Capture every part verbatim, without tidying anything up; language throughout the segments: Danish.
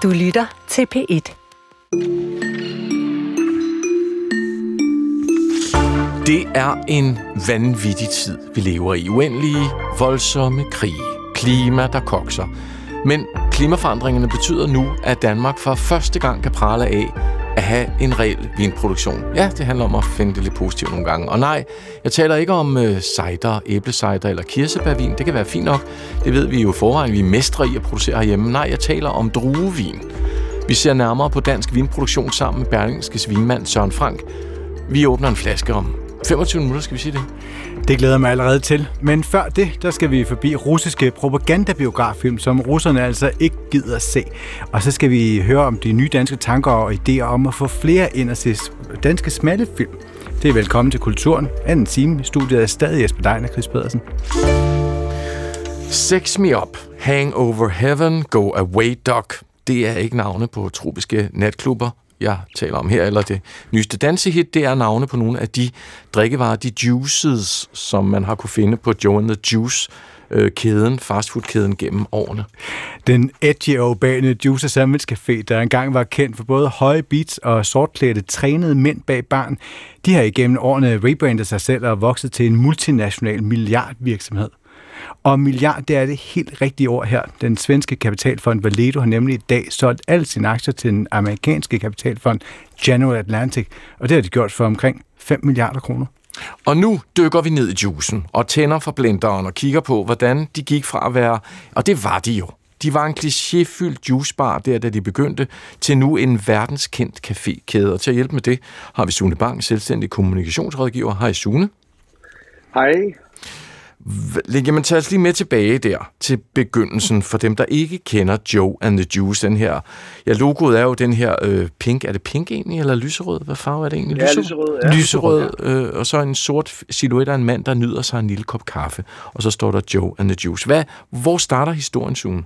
Du lytter til P et. Det er en vanvittig tid, vi lever i. Uendelige, voldsomme krige. Klima, der kokser. Men klimaforandringerne betyder nu, at Danmark for første gang kan prale af at have en reel vinproduktion. Ja, det handler om at finde det lidt positivt nogle gange. Og nej, jeg taler ikke om øh, cider, æblecider eller kirsebærvin. Det kan være fint nok. Det ved vi jo i forvejen. Vi er mestre i at producere herhjemme. Nej, jeg taler om druevin. Vi ser nærmere på dansk vinproduktion sammen med Berlingskes vinmand Søren Frank. Vi åbner en flaske om femogtyve minutter, skal vi sige det? Det glæder mig allerede til. Men før det, der skal vi forbi russiske propagandabiograffilm, som russerne altså ikke gider at se. Og så skal vi høre om de nye danske tanker og idéer om at få flere ind og se danske smalle film. Det er velkommen til Kulturen. Anden time i studiet er stadig Jesper Dein og Chris Pedersen. Sex Me Up, Hang Over Heaven, Go Away Dog. Det er ikke navne på tropiske natklubber, jeg taler om her, eller det nyeste dansehit, det er navne på nogle af de drikkevarer, de juices, som man har kunne finde på Joe and the Juice-kæden, fastfood-kæden gennem årene. Den edgy og urbane Juice Sandwich Café, der engang var kendt for både høje beats og sortklædte trænede mænd bag baren, de har igennem årene rebrandet sig selv og vokset til en multinational milliardvirksomhed. Og milliard, det er det helt rigtige ord her. Den svenske kapitalfond Valedo har nemlig i dag solgt alle sine aktier til den amerikanske kapitalfond General Atlantic, og det har de gjort for omkring fem milliarder kroner. Og nu dykker vi ned i juicen og tænder for blenderen og kigger på, hvordan de gik fra at være, og det var de jo. De var en klichéfyldt juicebar der, da de begyndte, til nu en verdenskendt cafékæde. Og til at hjælpe med det har vi Sune Bang, selvstændig kommunikationsrådgiver. Hej Sune. Hej. Jamen, tag os lige med tilbage der til begyndelsen, for dem, der ikke kender Joe and the Juice, den her. Ja, logoet er jo den her øh, pink. Er det pink egentlig, eller lyserød? Hvad farve er det egentlig? Ja, lyserød. Ja. Lyserød, øh, og så en sort silhuet af en mand, der nyder sig en lille kop kaffe. Og så står der Joe and the Juice. Hvad, hvor starter historien, Sune?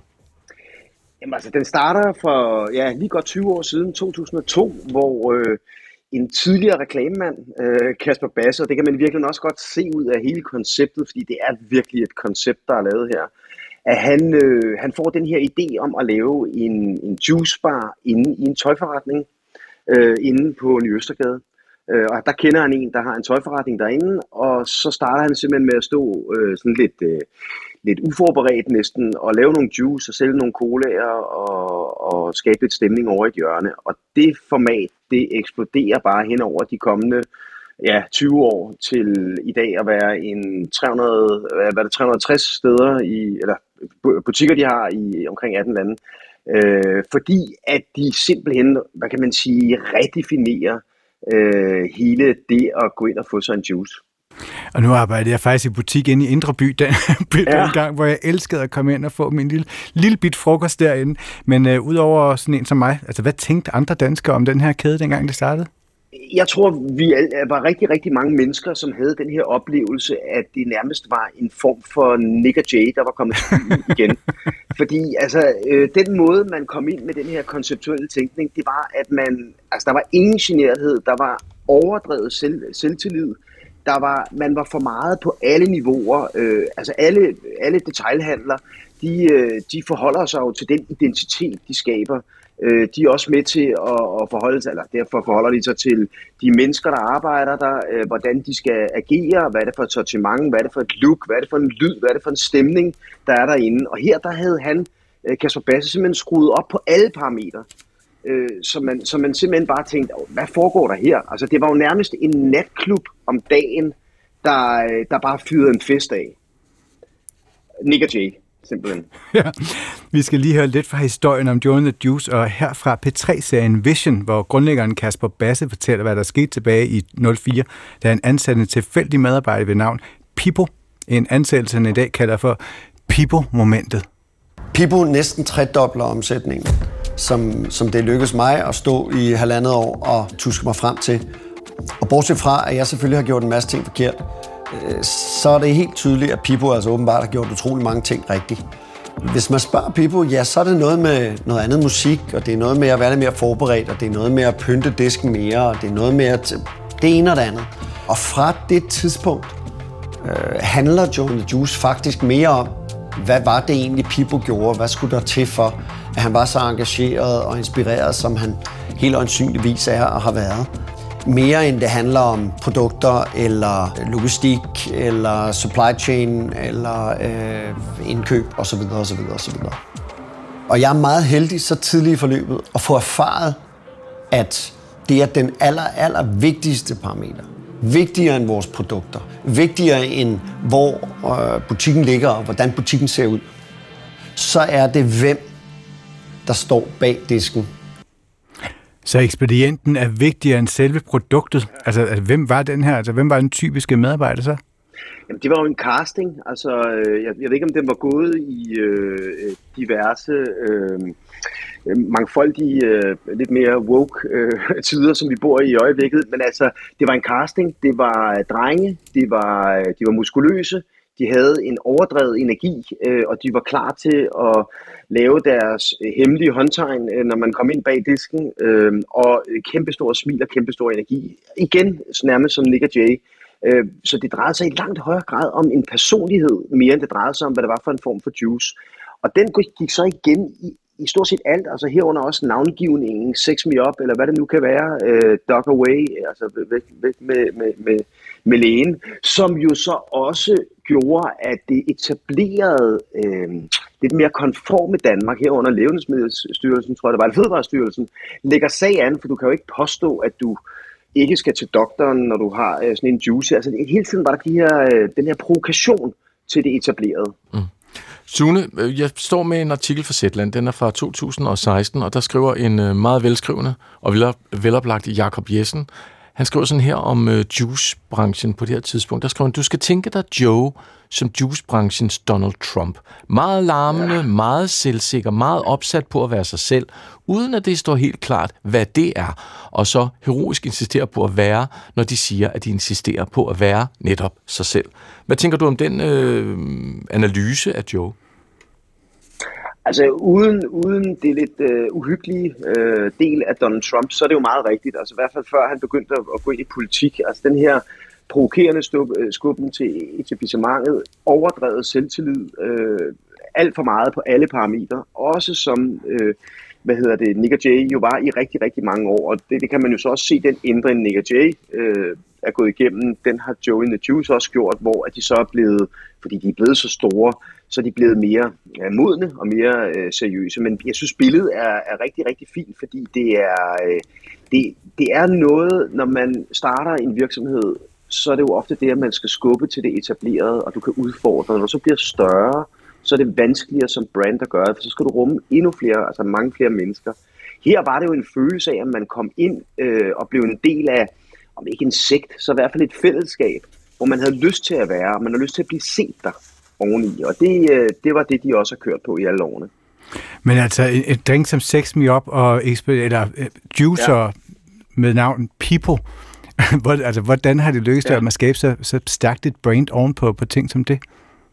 Jamen altså, den starter for ja, lige godt tyve år siden, to tusind og to, hvor øh, en tidligere reklamemand, øh, Kasper Basse, og det kan man virkelig også godt se ud af hele konceptet, fordi det er virkelig et koncept, der er lavet her, at han, øh, han får den her idé om at lave en, en juicebar inde i en tøjforretning, øh, inde på Ny Østergade. Øh, og der kender han en, der har en tøjforretning derinde, og så starter han simpelthen med at stå øh, sådan lidt... Øh, lidt uforberedt næsten, og lave nogle juice og sælge nogle colaer og, og skabe lidt stemning over et hjørne. Og det format, det eksploderer bare hen over de kommende ja, tyve år til i dag at være en tre hundrede, hvad er det, tre hundrede og tres steder, i, eller butikker, de har i omkring atten lande. Øh, fordi at de simpelthen, hvad kan man sige, redefinerer øh, hele det at gå ind og få sig en juice. Og nu arbejder jeg faktisk i butik inde i Indre By, den, ja. den gang, hvor jeg elskede at komme ind og få min lille, lille bit frokost derinde. Men øh, udover sådan en som mig, altså hvad tænkte andre danskere om den her kæde, dengang det startede? Jeg tror, vi var rigtig, rigtig mange mennesker, som havde den her oplevelse, at det nærmest var en form for Nick og Jay, der var kommet igen. Fordi altså, øh, den måde, man kom ind med den her konceptuelle tænkning, det var, at man, altså, der var ingen generthed, der var overdrevet selv, selvtillid. Der var, man var for meget på alle niveauer, øh, altså alle, alle detailhandler, de, øh, de forholder sig jo til den identitet, de skaber. Øh, de er også med til at, at forholde sig, eller derfor forholder de sig til de mennesker, der arbejder der, øh, hvordan de skal agere, hvad er det for et sortiment, hvad er det for et look, hvad er det for en lyd, hvad er det for en stemning, der er derinde. Og her der havde han, øh, Kasper Basse, simpelthen skruet op på alle parametre. Øh, så, man, så man simpelthen bare tænkte, hvad foregår der her? Altså det var jo nærmest en natklub om dagen, der, der bare fyrede en fest af. Nick og Jay, simpelthen. Ja, vi skal lige høre lidt fra historien om Joe and the Juice, og her fra P tre-serien Vision, hvor grundlæggeren Kasper Basse fortæller, hvad der skete tilbage i nul fire, da han ansatte en tilfældig medarbejder ved navn Pippo, en ansættelse, han i dag kalder for Pippo-momentet. Pippo næsten tredobler omsætningen, som, som det lykkedes mig at stå i halvandet år og tuske mig frem til. Og bortset fra, at jeg selvfølgelig har gjort en masse ting forkert, så er det helt tydeligt, at Pippo altså åbenbart har gjort utrolig mange ting rigtigt. Hvis man spørger Pippo, ja, så er det noget med noget andet musik, og det er noget med at være lidt mere forberedt, og det er noget med at pynte disken mere, og det er noget med at det ene og det andet. Og fra det tidspunkt øh, handler Joe and the Juice faktisk mere om hvad var det egentlig, Pippo gjorde? Hvad skulle der til for, at han var så engageret og inspireret, som han helt øjensynligvis er og har været? Mere end det handler om produkter, eller logistik, eller supply chain, eller øh, indkøb osv. osv. osv. Og jeg er meget heldig så tidligt i forløbet at få erfaret, at det er den aller, aller vigtigste parameter. Vigtigere end vores produkter. Vigtigere end hvor øh, butikken ligger og hvordan butikken ser ud. Så er det hvem, der står bag disken. Så ekspedienten er vigtigere end selve produktet? Altså, altså hvem var den her? Altså, hvem var den typiske medarbejder så? Jamen, det var jo en casting. Altså, jeg, jeg ved ikke, om den var gået i øh, diverse, øh, mangfoldige, øh, lidt mere woke øh, tider, som vi bor i i øjeblikket. Men altså, det var en casting. Det var drenge. Det var, de var muskuløse. De havde en overdrevet energi, øh, og de var klar til at lave deres hemmelige håndtegn, øh, når man kom ind bag disken. Øh, og kæmpestor smil og kæmpestor energi. Igen, nærmest som Nick og Jay. Så det drejede sig i langt højere grad om en personlighed, mere end det drejede sig om, hvad det var for en form for juice. Og den gik så igen i, i stort set alt, altså herunder også navngivningen, Sex Me Up, eller hvad det nu kan være, uh, Dog Away, altså væk, væk med, med, med, med lægen, som jo så også gjorde, at det etablerede øh, lidt mere konforme Danmark herunder Lægemiddelstyrelsen, tror jeg det var, eller Fødevarestyrelsen, lægger sag an, for du kan jo ikke påstå, at du ikke skal til doktoren, når du har øh, sådan en juice. Altså hele tiden var der de her, øh, den her provokation til det etablerede. Mm. Sune, jeg står med en artikel fra Zetland, den er fra to tusind og seksten, og der skriver en øh, meget velskrivende og veloplagt Jacob Jessen. Han skriver sådan her om øh, juicebranchen på det her tidspunkt. Der skriver han, du skal tænke dig Joe som juicebranchens Donald Trump. Meget larmende, ja. Meget selvsikker, meget opsat på at være sig selv, uden at det står helt klart, hvad det er. Og så heroisk insisterer på at være, når de siger, at de insisterer på at være netop sig selv. Hvad tænker du om den øh, analyse af Joe? Altså uden, uden det lidt øh, uhyggelige øh, del af Donald Trump, så er det jo meget rigtigt. Altså i hvert fald før han begyndte at, at gå ind i politik. Altså den her provokerende skubben til etablissementet, overdrevet selvtillid, øh, alt for meget på alle parametre. Også som, øh, hvad hedder det, Nick og Jay jo var i rigtig, rigtig mange år. Og det, det kan man jo så også se, den ændring Nick og Jay øh, er gået igennem, den har Joe and the Juice også gjort, hvor at de så er blevet, fordi de er blevet så store, så er de blevet mere ja, modne og mere øh, seriøse. Men jeg synes, billedet er, er rigtig, rigtig fint, fordi det er, øh, det, det er noget, når man starter en virksomhed, så er det jo ofte det, at man skal skubbe til det etablerede, og du kan udfordre. Når du så bliver større, så er det vanskeligere som brand at gøre det, for så skal du rumme endnu flere, altså mange flere mennesker. Her var det jo en følelse af, at man kom ind øh, og blev en del af, om ikke en sekt, så i hvert fald et fællesskab, hvor man havde lyst til at være, og man havde lyst til at blive set der oveni. Og det, øh, det var det, de også har kørt på i alle årene. Men altså, et drink som Sex Me Up og eller uh, Juicer ja. Med navn Pippo, altså, hvordan har det lykkes ja. At man skabe så, så stærkt et brand ovenpå på ting som det?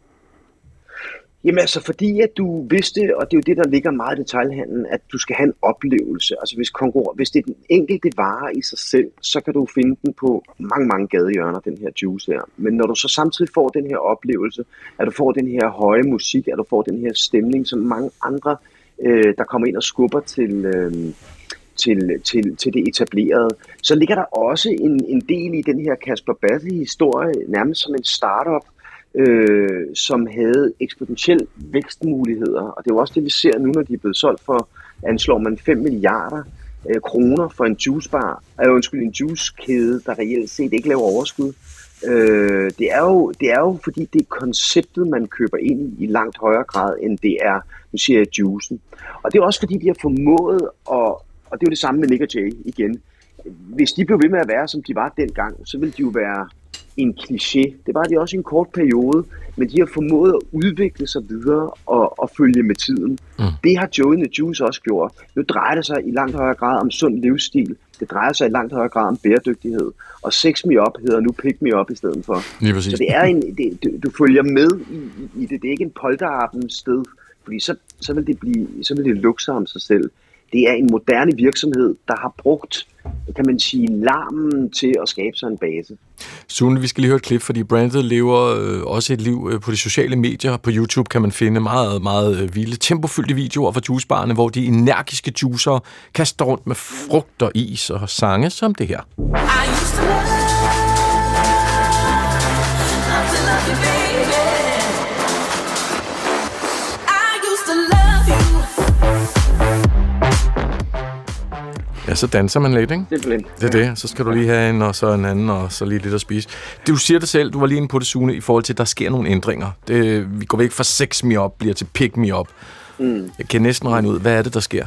Jamen altså, fordi at du vidste, og det er jo det, der ligger meget i detailhandlen, at du skal have en oplevelse. Altså hvis, konkurren- hvis det er den enkelte vare i sig selv, så kan du finde den på mange, mange gadehjørner, den her juice her. Men når du så samtidig får den her oplevelse, at du får den her høje musik, at du får den her stemning, som mange andre, øh, der kommer ind og skubber til... Øh, Til, til, til det etablerede, så ligger der også en, en del i den her Kasper Basse-historie, nærmest som en startup, øh, som havde eksponentielle vækstmuligheder. Og det er jo også det, vi ser nu, når de er blevet solgt for, anslår man fem milliarder øh, kroner for en juicebar, eller undskyld, en juicekæde, der reelt set ikke laver overskud. Øh, det, er jo, det er jo fordi, det er konceptet, man køber ind i i langt højere grad, end det er, nu siger jeg, juicen. Og det er også fordi, de har formået at. Og det er jo det samme med Nick og Jay igen. Hvis de blev ved med at være, som de var dengang, så ville de jo være en kliché. Det var de også i en kort periode, men de har formået at udvikle sig videre og, og følge med tiden. Mm. Det har Joe and the Juice også gjort. Nu drejer det sig i langt højere grad om sund livsstil. Det drejer sig i langt højere grad om bæredygtighed. Og Sex Me Up hedder nu Pick Me Up i stedet for. Så det er en, det, du, du følger med i, i det. Det er ikke en polterappen sted, fordi så, så, vil det blive, så vil det lukke sig om sig selv. Det er en moderne virksomhed, der har brugt, kan man sige, larmen til at skabe sig en base. Sune, vi skal lige høre et klip, fordi brandet lever øh, også et liv øh, på de sociale medier. På YouTube kan man finde meget, meget øh, vilde, tempofyldte videoer fra juicebarerne, hvor de energiske juicere kaster rundt med frugt og is og sange som det her. Ja, så danser man lidt, ikke? Simpelthen. Det er det. Så skal du lige have en, og så en anden, og så lige lidt at spise. Du siger det selv, du var lige inde på det, Sune, i forhold til, at der sker nogle ændringer. Det, vi går væk fra sex me up, bliver til pick me up. Mm. Jeg kan næsten regne ud, hvad er det, der sker?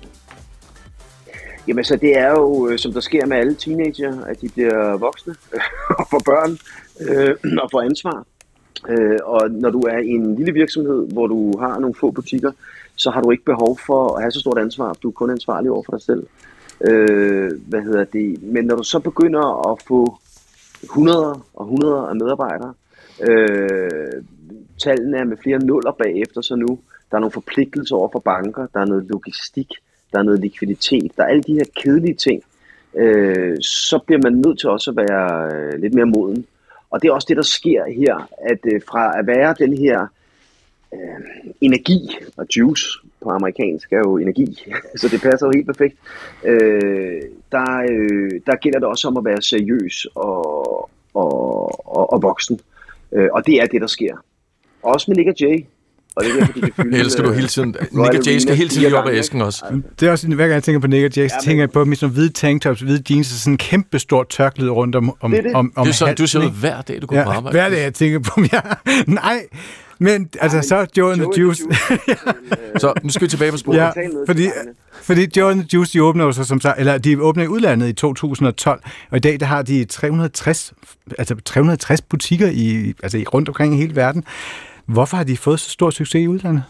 Jamen, så det er jo, som der sker med alle teenager, at de bliver voksne og får børn øh, og får ansvar. Øh, og når du er i en lille virksomhed, hvor du har nogle få butikker, så har du ikke behov for at have så stort ansvar. Du er kun ansvarlig over for dig selv. Øh, hvad hedder det? Men når du så begynder at få hundreder og hundreder af medarbejdere, øh, tallene er med flere nuller bagefter, så nu der er nogle forpligtelser over for banker, der er noget logistik, der er noget likviditet, der er alle de her kedelige ting, øh, så bliver man nødt til også at være øh, lidt mere moden. Og det er også det, der sker her, at øh, fra at være den her øh, energi, og juice på amerikansk er jo energi, så det passer jo helt perfekt, øh, der, øh, der gælder det også om at være seriøs og, og, og, og voksen. Øh, og det er det, der sker. Også med Nick og Jay. Og det er derfor, de kan fylde, elsker du hele tiden. Nick og Jay skal hele tiden lige op af æsken også. Det er også, hver gang jeg tænker på Nick og Jay, så tænker jeg på dem i sådan hvide tanktops, hvide jeans og sådan en kæmpe stort tørklæde rundt om om det er det. om, om det er sådan, du ser ud hver dag, du går ja, på arbejde. Hver dag, jeg tænker på dem. Ja. Nej, men altså, så Joe and the Juice. Så nu skal vi tilbage på sporet. Ja, fordi, fordi Joe and the Juice, de åbner jo så som sagt, eller de åbner i udlandet i to tusind og tolv, og i dag der har de tre hundrede og tres, altså tre hundrede og tres butikker i, altså i rundt omkring i hele verden. Hvorfor har de fået så stor succes i udlandet?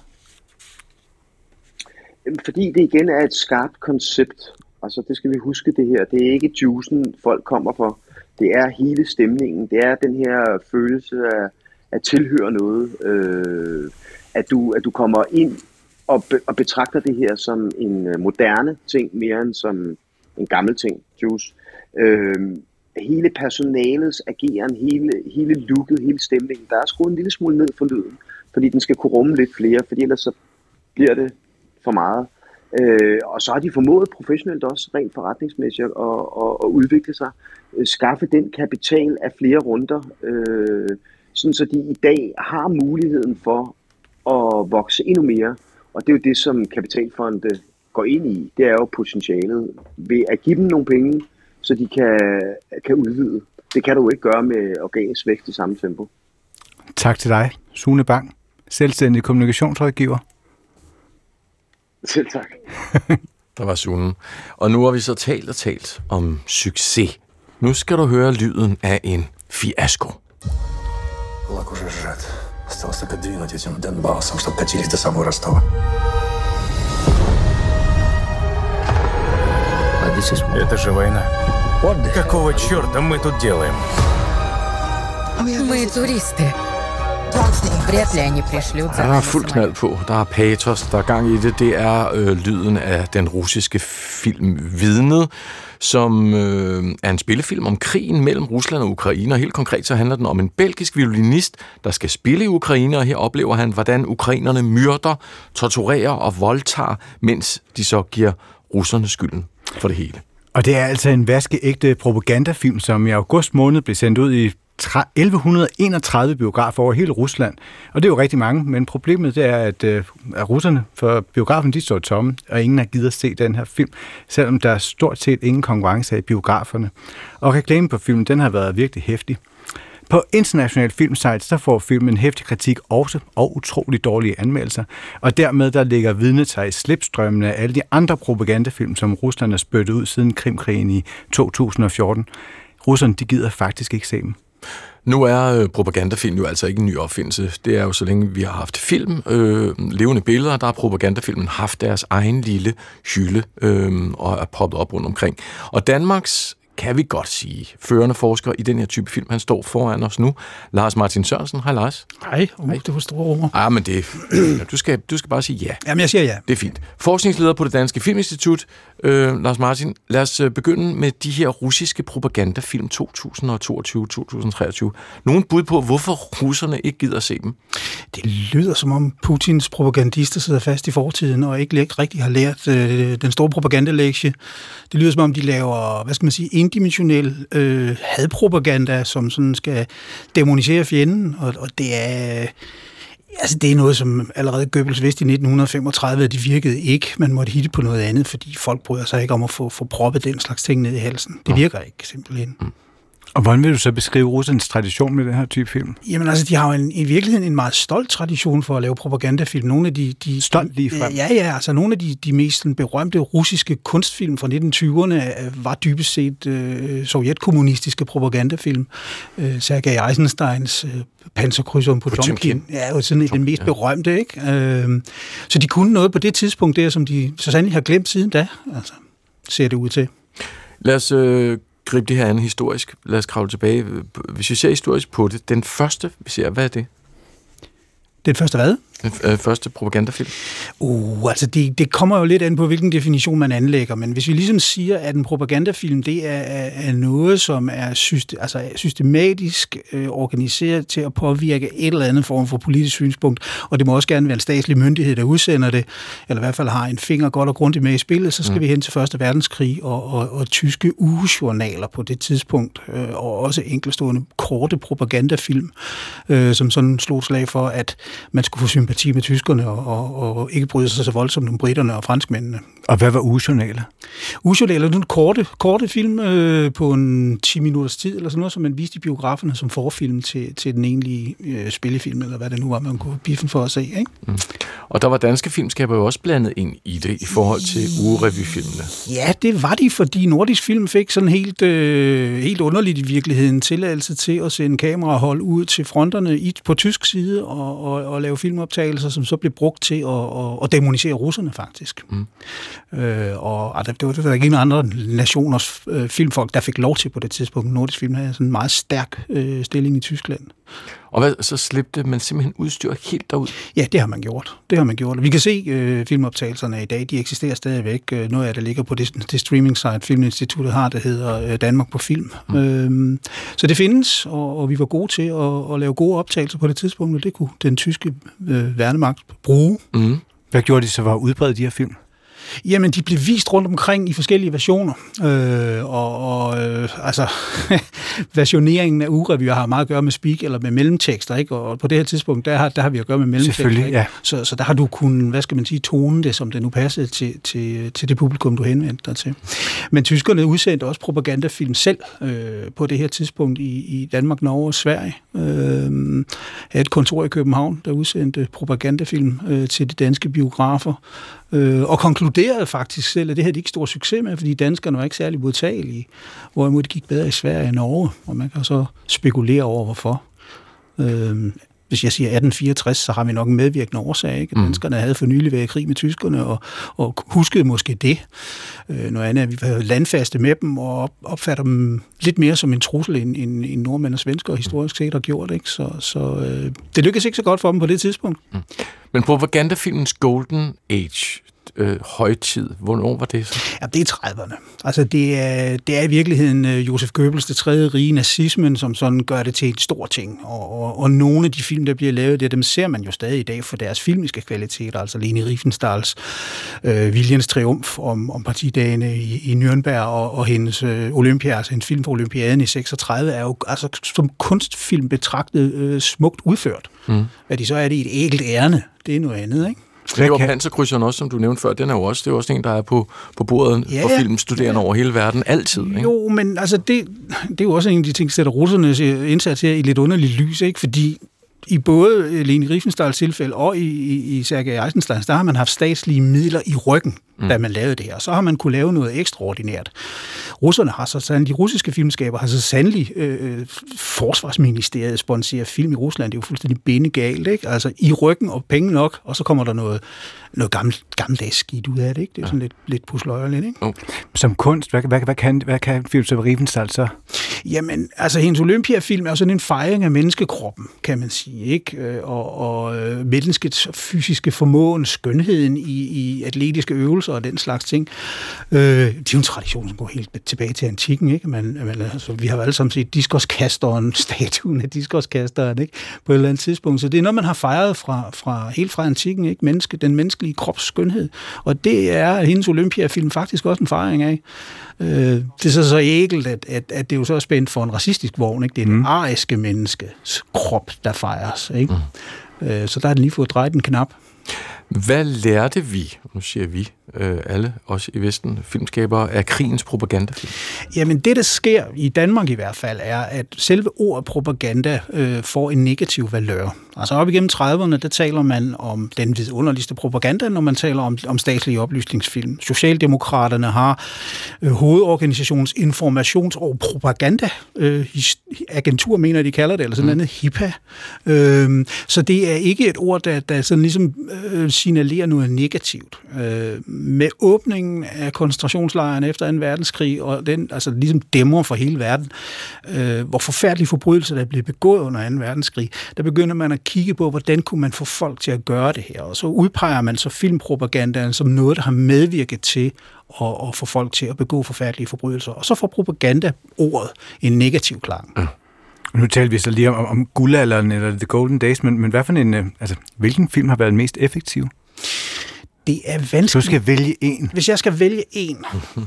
Fordi det igen er et skarpt koncept. Altså det skal vi huske det her. Det er ikke juicen, folk kommer for. Det er hele stemningen. Det er den her følelse af at tilhøre noget. Øh, at, du, at du kommer ind og, be, og betragter det her som en moderne ting, mere end som en gammel ting, juice. Øh, hele personalets ageren, hele, hele looket, hele stemningen. Der er skruet en lille smule ned for lyden, fordi den skal kunne rumme lidt flere, fordi ellers så bliver det for meget. Øh, og så har de formået professionelt også, rent forretningsmæssigt, at, at, at udvikle sig. Øh, skaffe den kapital af flere runder, øh, sådan så de i dag har muligheden for at vokse endnu mere. Og det er jo det, som kapitalfonde går ind i. Det er jo potentialet ved at give dem nogle penge, så de kan, kan udvide. Det kan du ikke gøre med organisk vækst i samme tempo. Tak til dig, Sune Bang, selvstændig kommunikationsrådgiver. Selv tak. Der var Sune. Og nu har vi så talt og talt om succes. Nu skal du høre lyden af en fiasko. Кулак уже сжат. Осталось только двинуть этим Донбассом, чтобы катились до самого Ростова. Это же война. Какого черта мы тут делаем? Мы туристы. Вряд ли они пришлют за Der er fuld knald på. Der er patos, der er gang i det. Det er øh, lyden af den russiske film Vidnet, som øh, er en spillefilm om krigen mellem Rusland og Ukraine. Og helt konkret så handler den om en belgisk violinist, der skal spille i Ukraine, og her oplever han, hvordan ukrainerne myrder, torturerer og voldtager, mens de så giver russerne skylden for det hele. Og det er altså en vaskeægte propagandafilm, som i august måned blev sendt ud i elleve enogtredive biografer over hele Rusland. Og det er jo rigtig mange, men problemet det er, at, øh, at russerne for biografen, de står tomme, og ingen har givet at se den her film, selvom der er stort set ingen konkurrence i biograferne. Og reklamen på filmen, den har været virkelig heftig. På international filmsites, der får filmen heftig kritik også, og utrolig dårlige anmeldelser, og dermed der ligger Vidnet sig i slipstrømmene af alle de andre propagandafilm, som Rusland har spyttet ud siden Krimkrigen i to tusind og fjorten. Russerne, de gider faktisk ikke se dem. Nu er propagandafilm jo altså ikke en ny opfindelse. Det er jo så længe vi har haft film, øh, levende billeder, der har propagandafilmen haft deres egen lille hylde øh, og er poppet op rundt omkring. Og Danmarks kan vi godt sige, førende forsker i den her type film. Han står foran os nu. Lars Martin Sørensen. Hej, Lars. Hej, uh, det var store ord. Ah, men det du skal, du skal bare sige ja. Jamen, jeg siger ja. Det er fint. Forskningsleder på det Danske Filminstitut. Øh, Lars Martin, lad os begynde med de her russiske propagandafilm to tusind toogtyve til to tusind treogtyve. Nogen bud på, hvorfor russerne ikke gider at se dem? Det lyder som om Putins propagandister sidder fast i fortiden og ikke rigtig har lært øh, den store propagandalektie. Det lyder som om, de laver, hvad skal man sige, indimensionel øh, hadpropaganda, som sådan skal dæmonisere fjenden, og, og det er... Altså, det er noget, som allerede Goebbels vidste i nitten femogtredive, at det virkede ikke. Man måtte hitte på noget andet, fordi folk bryder sig ikke om at få, få proppet den slags ting ned i halsen. Det virker ikke, simpelthen. Mm. Og hvordan vil du så beskrive russernes tradition med den her type film? Jamen altså, de har jo en, i virkeligheden en meget stolt tradition for at lave propagandafilm. Nogle af de... de stolt lige frem? Ja, ja, altså nogle af de, de mest berømte russiske kunstfilm fra nitten tyverne var dybest set øh, sovjetkommunistiske propagandafilm. Øh, Sergej Eisensteins øh, Panserkrydseren på Potemkin. Ja, jo sådan den mest berømte, ikke? Øh, så de kunne noget på det tidspunkt der, som de så sandelig har glemt siden da. Altså, ser det ud til. Lad os... Øh gribe det her an historisk. Lad os kravle tilbage. Hvis vi ser historisk på det, den første, vi ser, hvad er det? Den første hvad? Den øh, første propagandafilm? Uh, altså det, det kommer jo lidt an på, hvilken definition man anlægger, men hvis vi ligesom siger, at en propagandafilm, det er, er noget, som er system, altså systematisk øh, organiseret til at påvirke et eller andet form for politisk synspunkt, og det må også gerne være en statslig myndighed, der udsender det, eller i hvert fald har en finger godt og grundigt med i spillet, så skal mm. vi hen til første verdenskrig og, og, og tyske ugejournaler på det tidspunkt, øh, og også enkeltstående korte propagandafilm, øh, som sådan slog slag for, at man skulle få sympati med tyskerne og, og, og ikke bryde sig så voldsomt om britterne og franskmændene. Og hvad var ugejournaler? Ugejournaler er nogle korte, korte film øh, på en ti minutters tid, eller sådan noget, som man viste i biograferne som forfilm til, til den egentlige øh, spillefilm, eller hvad det nu var, man kunne biffen for at se. Ikke? Mm. Og der var danske filmskaber jo også blandet ind i det, i forhold til ugerevyfilmene. Ja, det var de, fordi Nordisk Film fik sådan helt, øh, helt underligt i virkeligheden tilladelse til at sende kamerahold ud til fronterne i, på tysk side og, og, og lave filmoptagelser, som så blev brugt til at, at, at dæmonisere russerne faktisk. Mm. Øh, og altså, det var det var ikke en andre nationers øh, filmfolk, der fik lov til på det tidspunkt. Nordisk Film havde sådan en meget stærk øh, stilling i Tyskland. Og hvad, så slipte man simpelthen udstyr helt derud? Ja, det har man gjort. Det har man gjort. Vi kan se øh, filmoptagelserne i dag. De eksisterer stadigvæk. Noget af det ligger på det, det streaming-site, Filminstituttet har, der hedder øh, Danmark på Film. Mm. Øhm, så det findes, og, og vi var gode til at, at lave gode optagelser på det tidspunkt, og det kunne den tyske øh, værnemagt bruge. Mm. Hvad gjorde de så for at udbrede de her film? Jamen, de blev vist rundt omkring i forskellige versioner, øh, og, og øh, altså, versioneringen af ugerevyer har meget at gøre med speak eller med mellemtekster, ikke? Og på det her tidspunkt, der har, der har vi at gøre med mellemtekster, ikke? Ja. Så, så der har du kunnet, hvad skal man sige, tone det, som det nu passede til, til, til det publikum, du henvendte dig til. Men tyskerne udsendte også propagandafilm selv øh, på det her tidspunkt i, i Danmark, Norge og Sverige. Øh, havde et kontor i København, der udsendte propagandafilm øh, til de danske biografer, øh, og konkluderede faktisk selv, at det havde de ikke stor succes med, fordi danskerne var ikke særlig modtagelige, hvorimod det gik bedre i Sverige end Norge, og man kan så spekulere over, hvorfor. Øh, hvis jeg siger atten fireogtres, så har vi nok en medvirkende årsag, ikke? Mm. Danskerne havde for nylig været i krig med tyskerne, og, og huskede måske det. Øh, noget andet, at vi var landfaste med dem, og opfatter dem lidt mere som en trussel, end, end, end nordmænd og svensker historisk set har gjort, ikke? Så, så øh, det lykkedes ikke så godt for dem på det tidspunkt. Mm. Men propagandafilmens golden age, øh, højtid, hvornår var det så? Ja, det er trediverne. Altså, det er, det er i virkeligheden Josef Goebbels, det tredje rige, nazismen, som sådan gør det til en stor ting. Og, og, og nogle af de film, der bliver lavet, det, dem ser man jo stadig i dag for deres filmiske kvaliteter. Altså Leni Riefenstahls øh, Viljens triumf om, om partidagene i, i Nürnberg og, og hendes øh, Olympia, altså en film fra Olympiaden i seksogtredive, er jo altså som kunstfilm betragtet øh, smukt udført. Mm. Hvad de så er det i et ægelt ærne, det er noget andet, ikke? Det var Panserkrydseren også, som du nævnte før. Den er jo også, det er også en, der er på, på bordet ja, for filmstuderende ja. over hele verden, altid. Ikke? Jo, men altså, det, det er jo også en af de ting, der sætter russernes indsats her i lidt underligt lys, ikke? Fordi i både Leni Riefenstahls tilfælde og i, i, i Sergej Eisensteins, der har man haft statslige midler i ryggen, mm. da man lavede det her. Så har man kunne lave noget ekstraordinært. Russerne har så sandelig, de russiske filmskaber har så sandelig øh, forsvarsministeriet sponsorer film i Rusland. Det er jo fuldstændig bindegalt, ikke? Altså i ryggen og penge nok, og så kommer der noget, noget gammel, gammeldags skidt ud af det, ikke? Det er sådan ja. lidt, lidt pusløjerligt, ikke? Okay. Som kunst, hvad, hvad, hvad, kan, hvad kan film som Riefenstahl så? Jamen, altså hendes Olympia-film er jo sådan en fejring af menneskekroppen, kan man sige, ikke? Og, og menneskets fysiske formåen, skønheden i, i atletiske øvelser og den slags ting. Øh, det er jo en tradition, som går helt tilbage til antikken, ikke? Man, man, altså, vi har jo alle sammen set diskoskasteren, statuen af diskoskasteren, ikke? På et eller andet tidspunkt. Så det er noget, man har fejret fra, fra helt fra antikken, ikke? Menneske, den menneskelige krops skønhed. Og det er hendes Olympia-film faktisk også en fejring af. Øh, det er så så ægelt, at, at, at det er jo så spændt for en racistisk vogn, ikke? Det er en mm. ariske menneskes krop, der fejres, ikke? Mm. Øh, så der er den lige fået drejet en knap. Hvad lærte vi, nu siger vi, øh, alle os i Vesten, filmskabere, af krigens propagandafilm? Jamen det, der sker i Danmark i hvert fald, er, at selve ordet propaganda øh, får en negativ valør. Altså op igennem trediverne, der taler man om den vidunderligste propaganda, når man taler om, om statslige oplysningsfilm. Socialdemokraterne har øh, hovedorganisations informations- og propaganda-agentur, øh, mener de kalder det, eller sådan mm. andet, H I P A. Øh, så det er ikke et ord, der, der sådan ligesom øh, signalerer noget negativt. Øh, med åbningen af koncentrationslejrene efter anden verdenskrig, og den altså ligesom dæmmer for hele verden, øh, hvor forfærdelige forbrydelser, der blev begået under anden verdenskrig, der begynder man at kigge på, hvordan kunne man få folk til at gøre det her. Og så udpeger man så filmpropagandaen som noget, der har medvirket til at, at få folk til at begå forfærdelige forbrydelser. Og så får propaganda-ordet en negativ klang. Ja. Nu talte vi så lige om, om guldalderen eller The Golden Days, men, men hvad for en, altså, hvilken film har været mest effektiv? Det er vanskeligt. Du skal vælge en. Hvis jeg skal vælge en,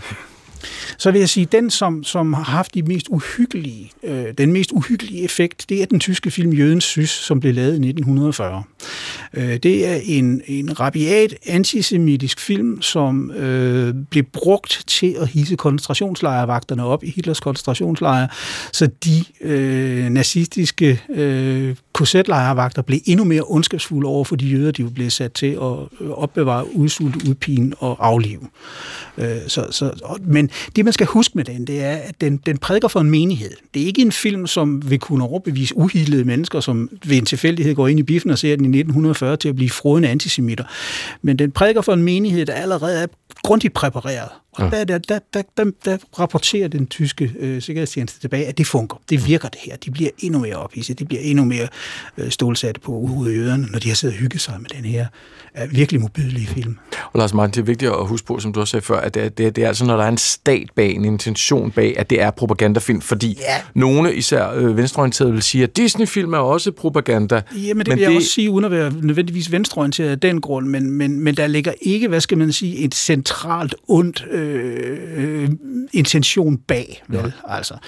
så vil jeg sige, den, som, som har haft de mest uhyggelige, øh, den mest uhyggelige effekt, det er den tyske film Jødens Sys, som blev lavet i nitten fyrre. Øh, det er en, en rabiat antisemitisk film, som øh, blev brugt til at hisse koncentrationslejrevagterne op i Hitlers koncentrationslejre, så de øh, nazistiske øh, K Z-lejrevagter blev endnu mere ondskabsfulde over for de jøder, de blev sat til at opbevare, udsulte, udpine og aflive. Øh, så, så, men det, man skal huske med den, det er, at den, den prædiker for en menighed. Det er ikke en film, som vil kunne overbevise uhildede mennesker, som ved en tilfældighed går ind i biffen og ser den i nitten fyrre til at blive frodende antisemitter. Men den prædiker for en menighed, der allerede er grundigt præpareret. Og ja. der, der, der, der, der, der rapporterer den tyske øh, sikkerhedstjeneste tilbage, at det fungerer. Det virker det her. De bliver endnu mere ophidset. De bliver endnu mere øh, stålsatte på ude når de har siddet og hygget sig med den her øh, virkelig modbydelige film. Og Lars Martin, det er vigtigt at huske på, som du også sagde før, at det, det, det er altså, når der er en stat bag, en intention bag, at det er propagandafilm, fordi ja. nogle, især øh, venstreorienterede, vil sige, at Disney-film er også propaganda. Jamen det men vil jeg det... også sige, uden at være nødvendigvis venstreorienteret af den grund, men, men, men der ligger ikke, hvad skal man sige, et centralt ondt øh, Øh, intention bag, vel? Ja. Altså.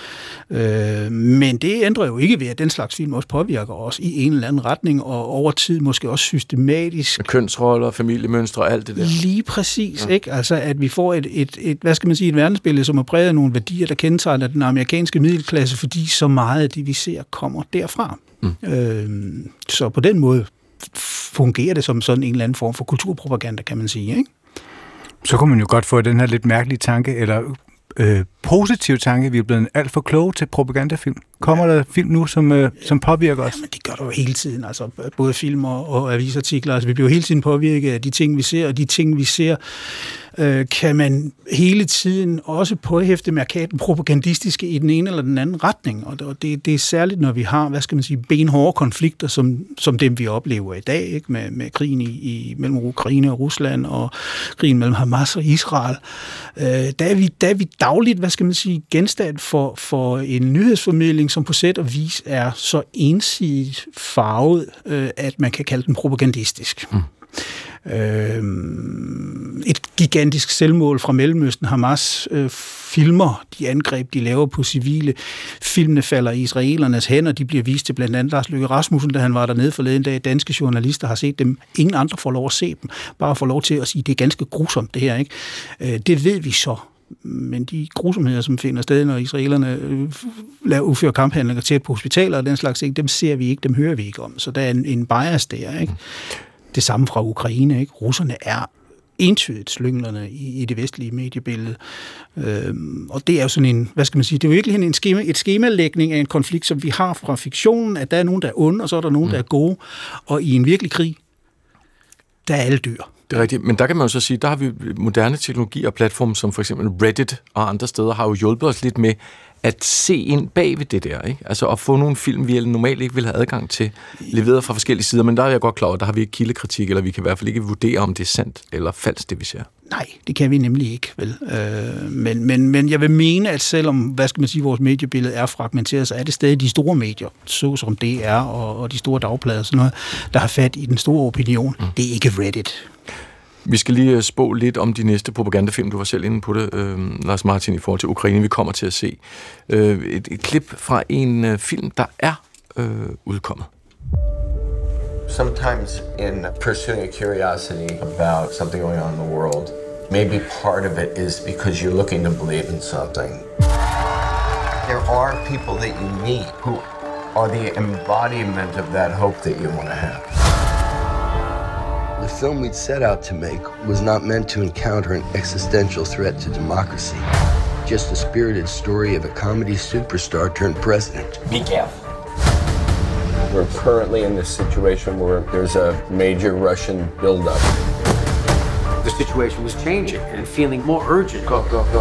Øh, men det ændrer jo ikke ved, at den slags film også påvirker os i en eller anden retning, og over tid måske også systematisk. Kønsroller, familiemønstre og alt det der. Lige præcis, ja. Ikke? Altså, at vi får et, et, et, hvad skal man sige, et verdensbillede, som er præget af nogle værdier, der kendetegner den amerikanske middelklasse, fordi så meget af det, vi ser, kommer derfra. Mm. Øh, så på den måde fungerer det som sådan en eller anden form for kulturpropaganda, kan man sige, ikke? Så kunne man jo godt få den her lidt mærkelige tanke, eller øh, positiv tanke, vi er blevet alt for kloge til propagandafilm. Kommer ja. der film nu, som, øh, som påvirker os? Jamen, det gør der jo hele tiden. Altså, både film og, og avisartikler. Altså, vi bliver jo hele tiden påvirket af de ting, vi ser, og de ting, vi ser, øh, kan man hele tiden også påhæfte mærkaten propagandistiske i den ene eller den anden retning. Og det, det er særligt, når vi har, hvad skal man sige, benhårde konflikter, som, som dem, vi oplever i dag, ikke? Med, med krigen i, i, mellem Ukraine og Rusland, og krigen mellem Hamas og Israel. Øh, der, er vi, der er vi dagligt, hvad skal man sige, genstand for, for en nyhedsformidling, som på sæt og vis er så ensidigt farvet, øh, at man kan kalde den propagandistisk. Mm. Øh, et gigantisk selvmål fra Mellemøsten. Hamas øh, filmer de angreb, de laver på civile. Filmene falder i israelernes hænder. De bliver vist til blandt andet Lars Løkke Rasmussen, da han var dernede forleden dag. Danske journalister har set dem. Ingen andre får lov at se dem. Bare får lov til at sige, at det er ganske grusomt, det her. Ikke? Øh, det ved vi så. Men de grusomheder, som finder sted, når israelerne laver udfører kamphandlinger tæt på hospitaler og den slags ting, dem ser vi ikke, dem hører vi ikke om. Så der er en, en bias der, ikke? Det samme fra Ukraine, ikke? Russerne er entydigt slynglerne i, i det vestlige mediebillede. Øhm, og det er jo sådan en, hvad skal man sige, det er jo virkelig en skema, et skemalægning af en konflikt, som vi har fra fiktionen, at der er nogen, der er onde, og så er der nogen, mm. der er gode. Og i en virkelig krig, der er alle dyr. Det er rigtigt, men der kan man jo så sige, der har vi moderne teknologi og platforme, som for eksempel Reddit og andre steder, har jo hjulpet os lidt med at se ind bag ved det der, ikke? Altså at få nogle film, vi normalt ikke ville have adgang til, leveret fra forskellige sider, men der er jeg godt klar over, der har vi ikke kildekritik, eller vi kan i hvert fald ikke vurdere, om det er sandt eller falsk, det vi ser. Nej, det kan vi nemlig ikke, vel? Øh, men, men, men jeg vil mene, at selvom, hvad skal man sige, vores mediebillede er fragmenteret, så er det stadig de store medier, såsom D R og, og de store dagplader, sådan noget, der har fat i den store opinion. Mm. Det er ikke Reddit. Vi skal lige spå lidt om de næste propagandafilm. Du var selv inde på det, øh, Lars Martin, i forhold til Ukraine. Vi kommer til at se øh, et, et klip fra en øh, film, der er øh, udkommet. Sometimes in pursuing a curiosity about something going on in the world, maybe part of it is because you're looking to believe in something. There are people that you meet who are the embodiment of that hope that you want to have. The film we'd set out to make was not meant to encounter an existential threat to democracy. Just a spirited story of a comedy superstar turned president. Be careful. We're currently in this situation where there's a major Russian buildup. The situation was changing and feeling more urgent. Go, go, go.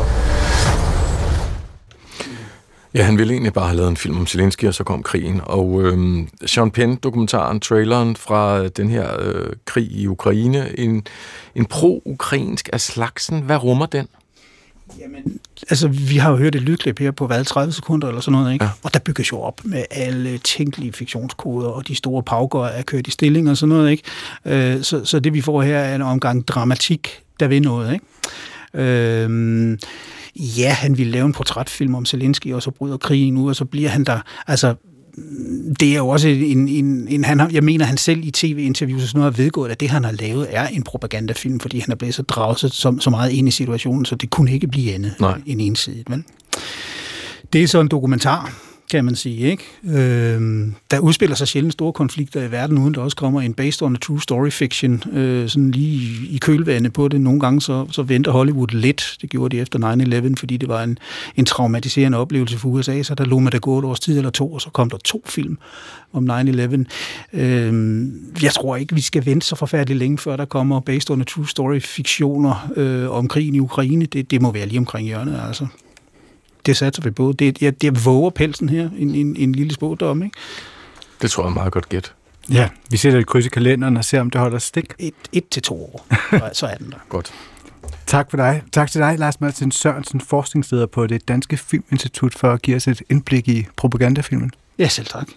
Ja, han ville egentlig bare have lavet en film om Zelensky, og så kom krigen. Og øhm, Sean Penn-dokumentaren, traileren fra den her øh, krig i Ukraine, en, en pro-ukrainsk af slagsen. Hvad rummer den? Jamen, altså, vi har jo hørt et lydklip her på, hvad, tredive sekunder eller sådan noget, ikke? Ja. Og der bygges jo op med alle tænkelige fiktionskoder, og de store pauker er kørt i stilling og sådan noget, ikke? Øh, så, så det, vi får her, er en omgang dramatik, der vil noget, ikke? Øh, ja, han ville lave en portrætfilm om Zelensky, og så bryder krigen ud, og så bliver han der, altså, det er jo også en, en, en han har, jeg mener, han selv i tv-interviews og sådan noget har vedgået, at det, han har lavet, er en propagandafilm, fordi han er blevet så draget så, så meget ind i situationen, så det kunne ikke blive andet end ensidigt. Men det er så en dokumentar, kan man sige, ikke? Øh, der udspiller sig sjældent store konflikter i verden, uden der også kommer en based on a true story fiction, øh, sådan lige i kølvandet på det. Nogle gange så, så venter Hollywood lidt. Det gjorde de efter nine eleven, fordi det var en, en traumatiserende oplevelse for U S A, så der lå man da gå et års tid eller to, og så kom der to film om nine eleven. Øh, jeg tror ikke, vi skal vente så forfærdeligt længe, før der kommer based on a true story fiktioner øh, om krigen i Ukraine. Det, det må være lige omkring hjørnet, altså. Det satser vi på. Det, jeg, jeg våger pelsen her, en, en, en lille spådom, ikke? Det tror jeg er meget godt gæt. Ja, vi sætter et kryds i kalenderen og ser, om det holder stik. Et, et til to år, så er den der. Godt. Tak for dig. Tak til dig, Lars Martin Sørensen, forskningsleder på det Danske Filminstitut, for at give os et indblik i propagandafilmen. Ja, selv tak.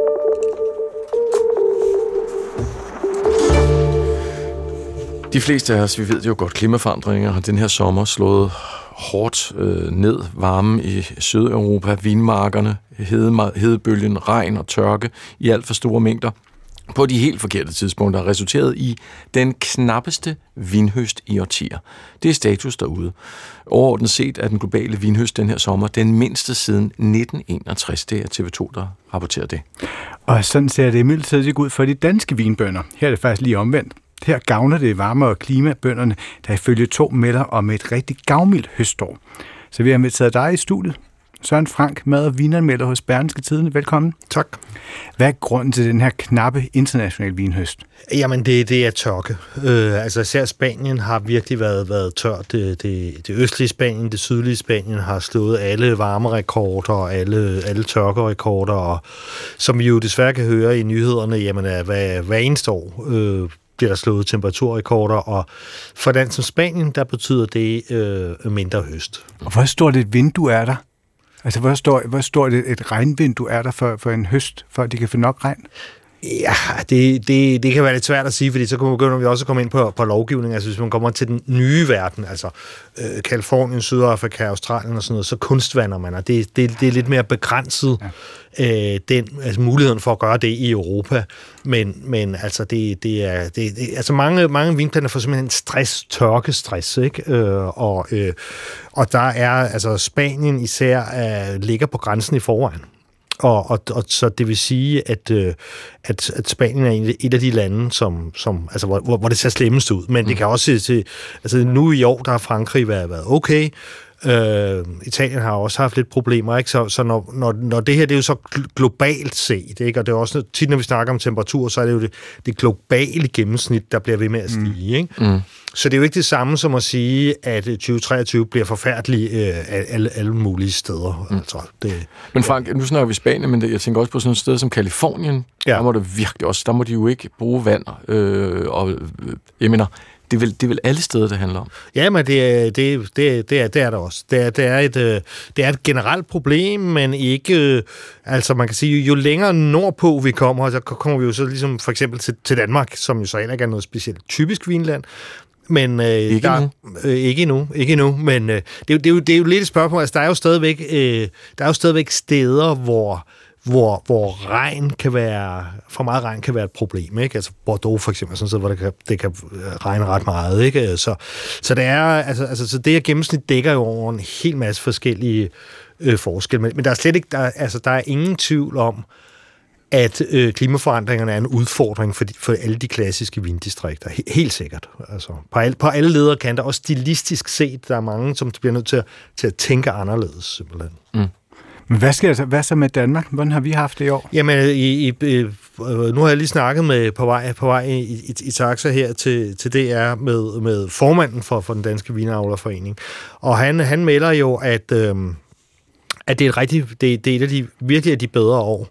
De fleste af os, vi ved jo godt, klimaforandringer har den her sommer slået hårdt øh, ned. Varme i Sydeuropa, vinmarkerne, hede, hedebølgen, regn og tørke i alt for store mængder på de helt forkerte tidspunkter, har resulteret i den knappeste vinhøst i årtier. Det er status derude. Overordnet set er den globale vinhøst den her sommer den mindste siden nitten enogtres. Det er T V to, der rapporterer det. Og sådan ser det imidlertid ikke ud for de danske vinbønder. Her er det faktisk lige omvendt. Her gavner det varmere klimabønderne, der ifølge to melder om et rigtig gavmildt høstår. Så vi har inviteret dig i studiet. Søren Frank, mad- og vinanmelder hos Berlingske Tidende. Velkommen. Tak. Hvad er grunden til den her knappe internationale vinhøst? Jamen, det, det er tørke. Øh, altså, især Spanien har virkelig været, været tørt. Det, det, det østlige Spanien, det sydlige Spanien har slået alle varmerekorder og alle, alle tørkerekorder, og som vi jo desværre kan høre i nyhederne, jamen, hvad, hvad eneste år øh, bliver der slået temperaturrekorder, og for land som Spanien, der betyder det øh, mindre høst. Og hvor stort et vindue er der? Altså, hvor stort, hvor stort et, et regnvindue er der for, for en høst, for at de kan få nok regn? Ja, det, det, det kan være lidt svært at sige, fordi så begynder vi også at komme ind på, på lovgivning. Altså hvis man kommer til den nye verden, altså øh, Kalifornien, Sydafrika, Australien og sådan noget, så kunstvander man, og det, det, det er lidt mere begrænset, ja. øh, den, altså muligheden for at gøre det i Europa. Men, men altså, det, det er, det, det, altså mange, mange vinplanter får simpelthen stress, tørkestress, ikke? Øh, og, øh, og der er, altså Spanien især øh, ligger på grænsen i forvejen. Og, og, og så det vil sige, at, øh, at, at Spanien er et af de lande, som, som, altså, hvor, hvor det ser slemmest ud. Men mm. det kan også se til, altså nu i år, der har Frankrig været, været okay. Øh, Italien har også haft lidt problemer, ikke? Så, så når, når, når det her, det er jo så globalt set, ikke? Og det er også tit, når vi snakker om temperatur, så er det jo det, det globale gennemsnit, der bliver ved med at stige, mm. ikke? Mm. Så det er jo ikke det samme som at sige, at tyve treogtyve bliver forfærdeligt øh, alle, alle mulige steder. Mm. Altså, det, men Frank, nu snakker vi Spanien, men det, jeg tænker også på sådan et sted som Kalifornien, ja. Der må det virkelig også, der må de jo ikke bruge vand, øh, og øh, jeg mener, det er, vel, det er vel alle steder, det handler om? Ja, men det er, det, det, det er, det er der også. Det er, det, er et, det er et generelt problem, men ikke... Altså, man kan sige, jo længere nordpå vi kommer, så kommer vi jo så ligesom for eksempel til, til Danmark, som jo så heller ikke er noget specielt typisk vinland. Men, øh, ikke, der, endnu. Øh, ikke endnu. Ikke endnu, men øh, det, er, det, er jo, det er jo lidt et spørgsmål. Altså, der er jo stadigvæk, øh, der er jo stadigvæk steder, hvor... Hvor, hvor regn kan være, for meget regn kan være et problem, ikke? Altså Bordeaux for eksempel, sådan et sted, hvor det kan, det kan regne ret meget, ikke? Så, så det er, altså, altså, så det her gennemsnit dækker jo over en hel masse forskellige øh, forskelle, men, men der er slet ikke, der, altså, der er ingen tvivl om, at øh, klimaforandringerne er en udfordring for, de, for alle de klassiske vindistrikter. He, helt sikkert. Altså, på, alle, på alle lederkanter, også stilistisk set, der er mange, som bliver nødt til at, til at tænke anderledes, simpelthen. Mm. Men hvad sker så, hvad så med Danmark? Hvordan har vi haft det i år? Jamen, i, i, nu har jeg lige snakket med på vej, på vej i, i, i taxa her til, til D R med, med formanden for, for den danske vinavlerforening. Og han, han melder jo, at, øhm, at det, er et rigtig, det, det er et af de virkelig af de bedre år.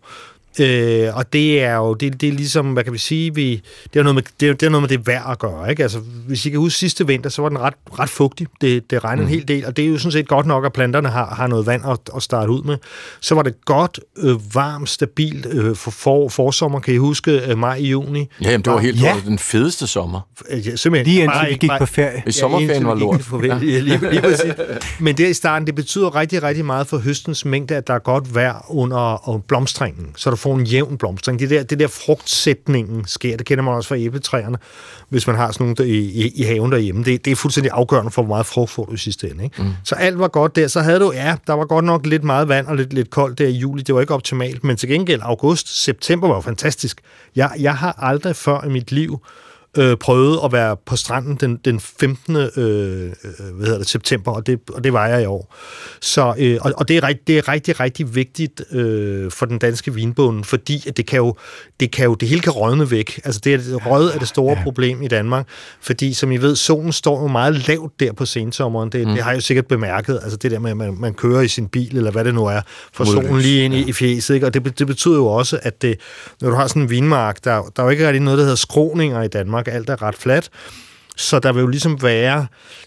Øh, og det er jo, det, det er ligesom, hvad kan vi sige, vi, det er noget med det, det er noget med det værd at gøre, ikke? Altså, hvis I kan huske sidste vinter, så var den ret, ret fugtig. Det, det regnede mm. en hel del, og det er jo sådan set godt nok, at planterne har, har noget vand at, at starte ud med. Så var det godt, øh, varmt, stabilt øh, for, for forsommer, kan I huske, øh, maj i juni. Ja, jamen, det var helt ja. den fedeste sommer. Ja, simpelthen. Lige indtil vi gik på ferie. I sommerferien var lort. Ja. Lige, lige, lige præcis. Men det i starten, det betyder rigtig, rigtig meget for høstens mængde, at der er godt vejr under blomstringen, så du får en jævn blomstring. Det der, det der frugtsætningen sker, det kender man også fra æbletræerne, hvis man har sådan nogle der i, i, i haven derhjemme. Det, det er fuldstændig afgørende for, hvor meget frugt får du i sidste ende. Ikke? Mm. Så alt var godt der. Så havde du, ja, der var godt nok lidt meget vand og lidt, lidt koldt der i juli. Det var ikke optimalt, men til gengæld august, september var jo fantastisk. Jeg, jeg har aldrig før i mit liv Øh, prøvede at være på stranden den, den femtende Øh, hvad hedder det, september, og det, og det var jeg i år. Så, øh, og, og det, er, det er rigtig, rigtig vigtigt øh, for den danske vinbonde, fordi at det kan jo, det kan jo, det hele kan rådne væk. Altså det er, rød er det store ja. problem i Danmark, fordi som I ved, solen står jo meget lavt der på sensommeren. Det, mm. det har jeg jo sikkert bemærket, altså det der med, at man, man kører i sin bil, eller hvad det nu er, for solen lige ind i, i fjeset, ikke? Og det, det betyder jo også, at det, når du har sådan en vinmark, der, der er jo ikke rigtig noget, der hedder skråninger i Danmark. Alt er ret fladt, så der vil jo ligesom være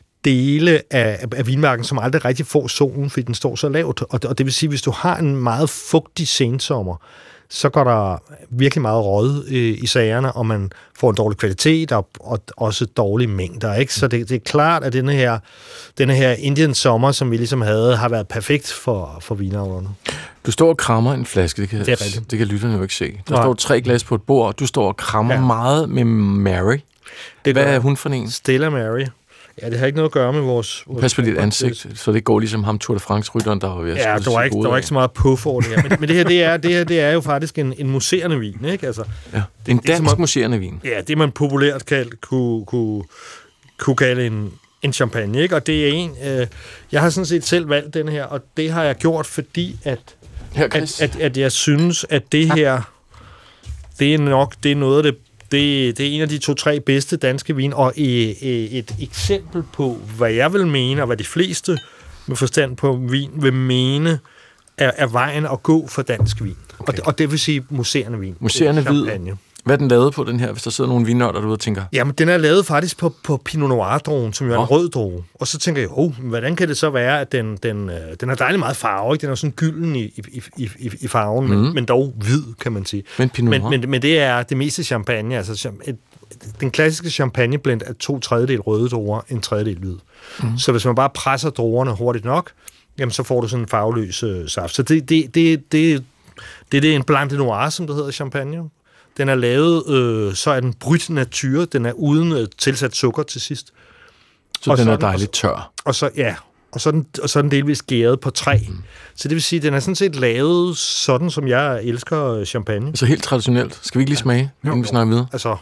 dele af, af vinmarken, som aldrig rigtig får solen, fordi den står så lavt. Og, og det vil sige, hvis du har en meget fugtig sensommer, så går der virkelig meget råd øh, i sagerne, og man får en dårlig kvalitet og, og også dårlige mængder. Ikke? Så det, det er klart, at denne her, denne her Indian sommer, som vi ligesom havde, har været perfekt for, for vinavlerne. Du står og krammer en flaske, det kan, det det kan lytterne jo ikke se. Der Nej. står tre glas på et bord, og du står og krammer ja. meget med Mary. Det Hvad er hun for en? Stella Mary. Ja, det har ikke noget at gøre med vores... vores Pas på dit ansigt, så det går ligesom ham Tour de France-rytteren, der var ved at ja, der var, ikke, der var ikke så meget puff over det her. Men, men det her, det er, det her, det er jo faktisk en, en museerende vin, ikke? Altså, ja, det er en dansk museerende vin. Ja, det man populært kaldt, kunne, kunne, kunne kalde en, en champagne, ikke? Og det er en... Øh, jeg har sådan set selv valgt den her, og det har jeg gjort, fordi at, her, at, at, at jeg synes, at det her, det er nok det er noget af det Det, det er en af de to-tre bedste danske vin, og et, et eksempel på, hvad jeg vil mene, og hvad de fleste med forstand på vin vil mene, er, er vejen at gå for dansk vin. Okay. Og, det, og det vil sige museerende vin. Museerende hvid. Hvad er den lavet på, den her, hvis der sidder nogle vinnørder derude og tænker? Jamen, den er lavet faktisk på, på Pinot Noir-drogen, som jo er en oh. rød droge. Og så tænker jeg, oh, hvordan kan det så være, at den, den, den har dejligt meget farve, ikke? Den er sådan gylden i, i, i, i farven, mm. men, men dog hvid, kan man sige. Men, Pinot Noir. men, men, men det er det meste champagne. Altså, et, den klassiske champagneblend er to tredjedel røde druer, en tredjedel hvid. Mm. Så hvis man bare presser druerne hurtigt nok, jamen, så får du sådan en farveløs øh, saft. Så det, det, det, det, det, det er en Blanc de Noir, som det hedder, champagne. Den er lavet, øh, så er den Brut Nature, den er uden øh, tilsat sukker til sidst. Så og den så er dejligt tør. Og så, ja, og så er den, og så er den delvis gæret på træ. Mm. Så det vil sige, at den er sådan set lavet sådan, som jeg elsker champagne. Så helt traditionelt. Skal vi ikke lige smage, ja. inden vi snakker videre? Altså,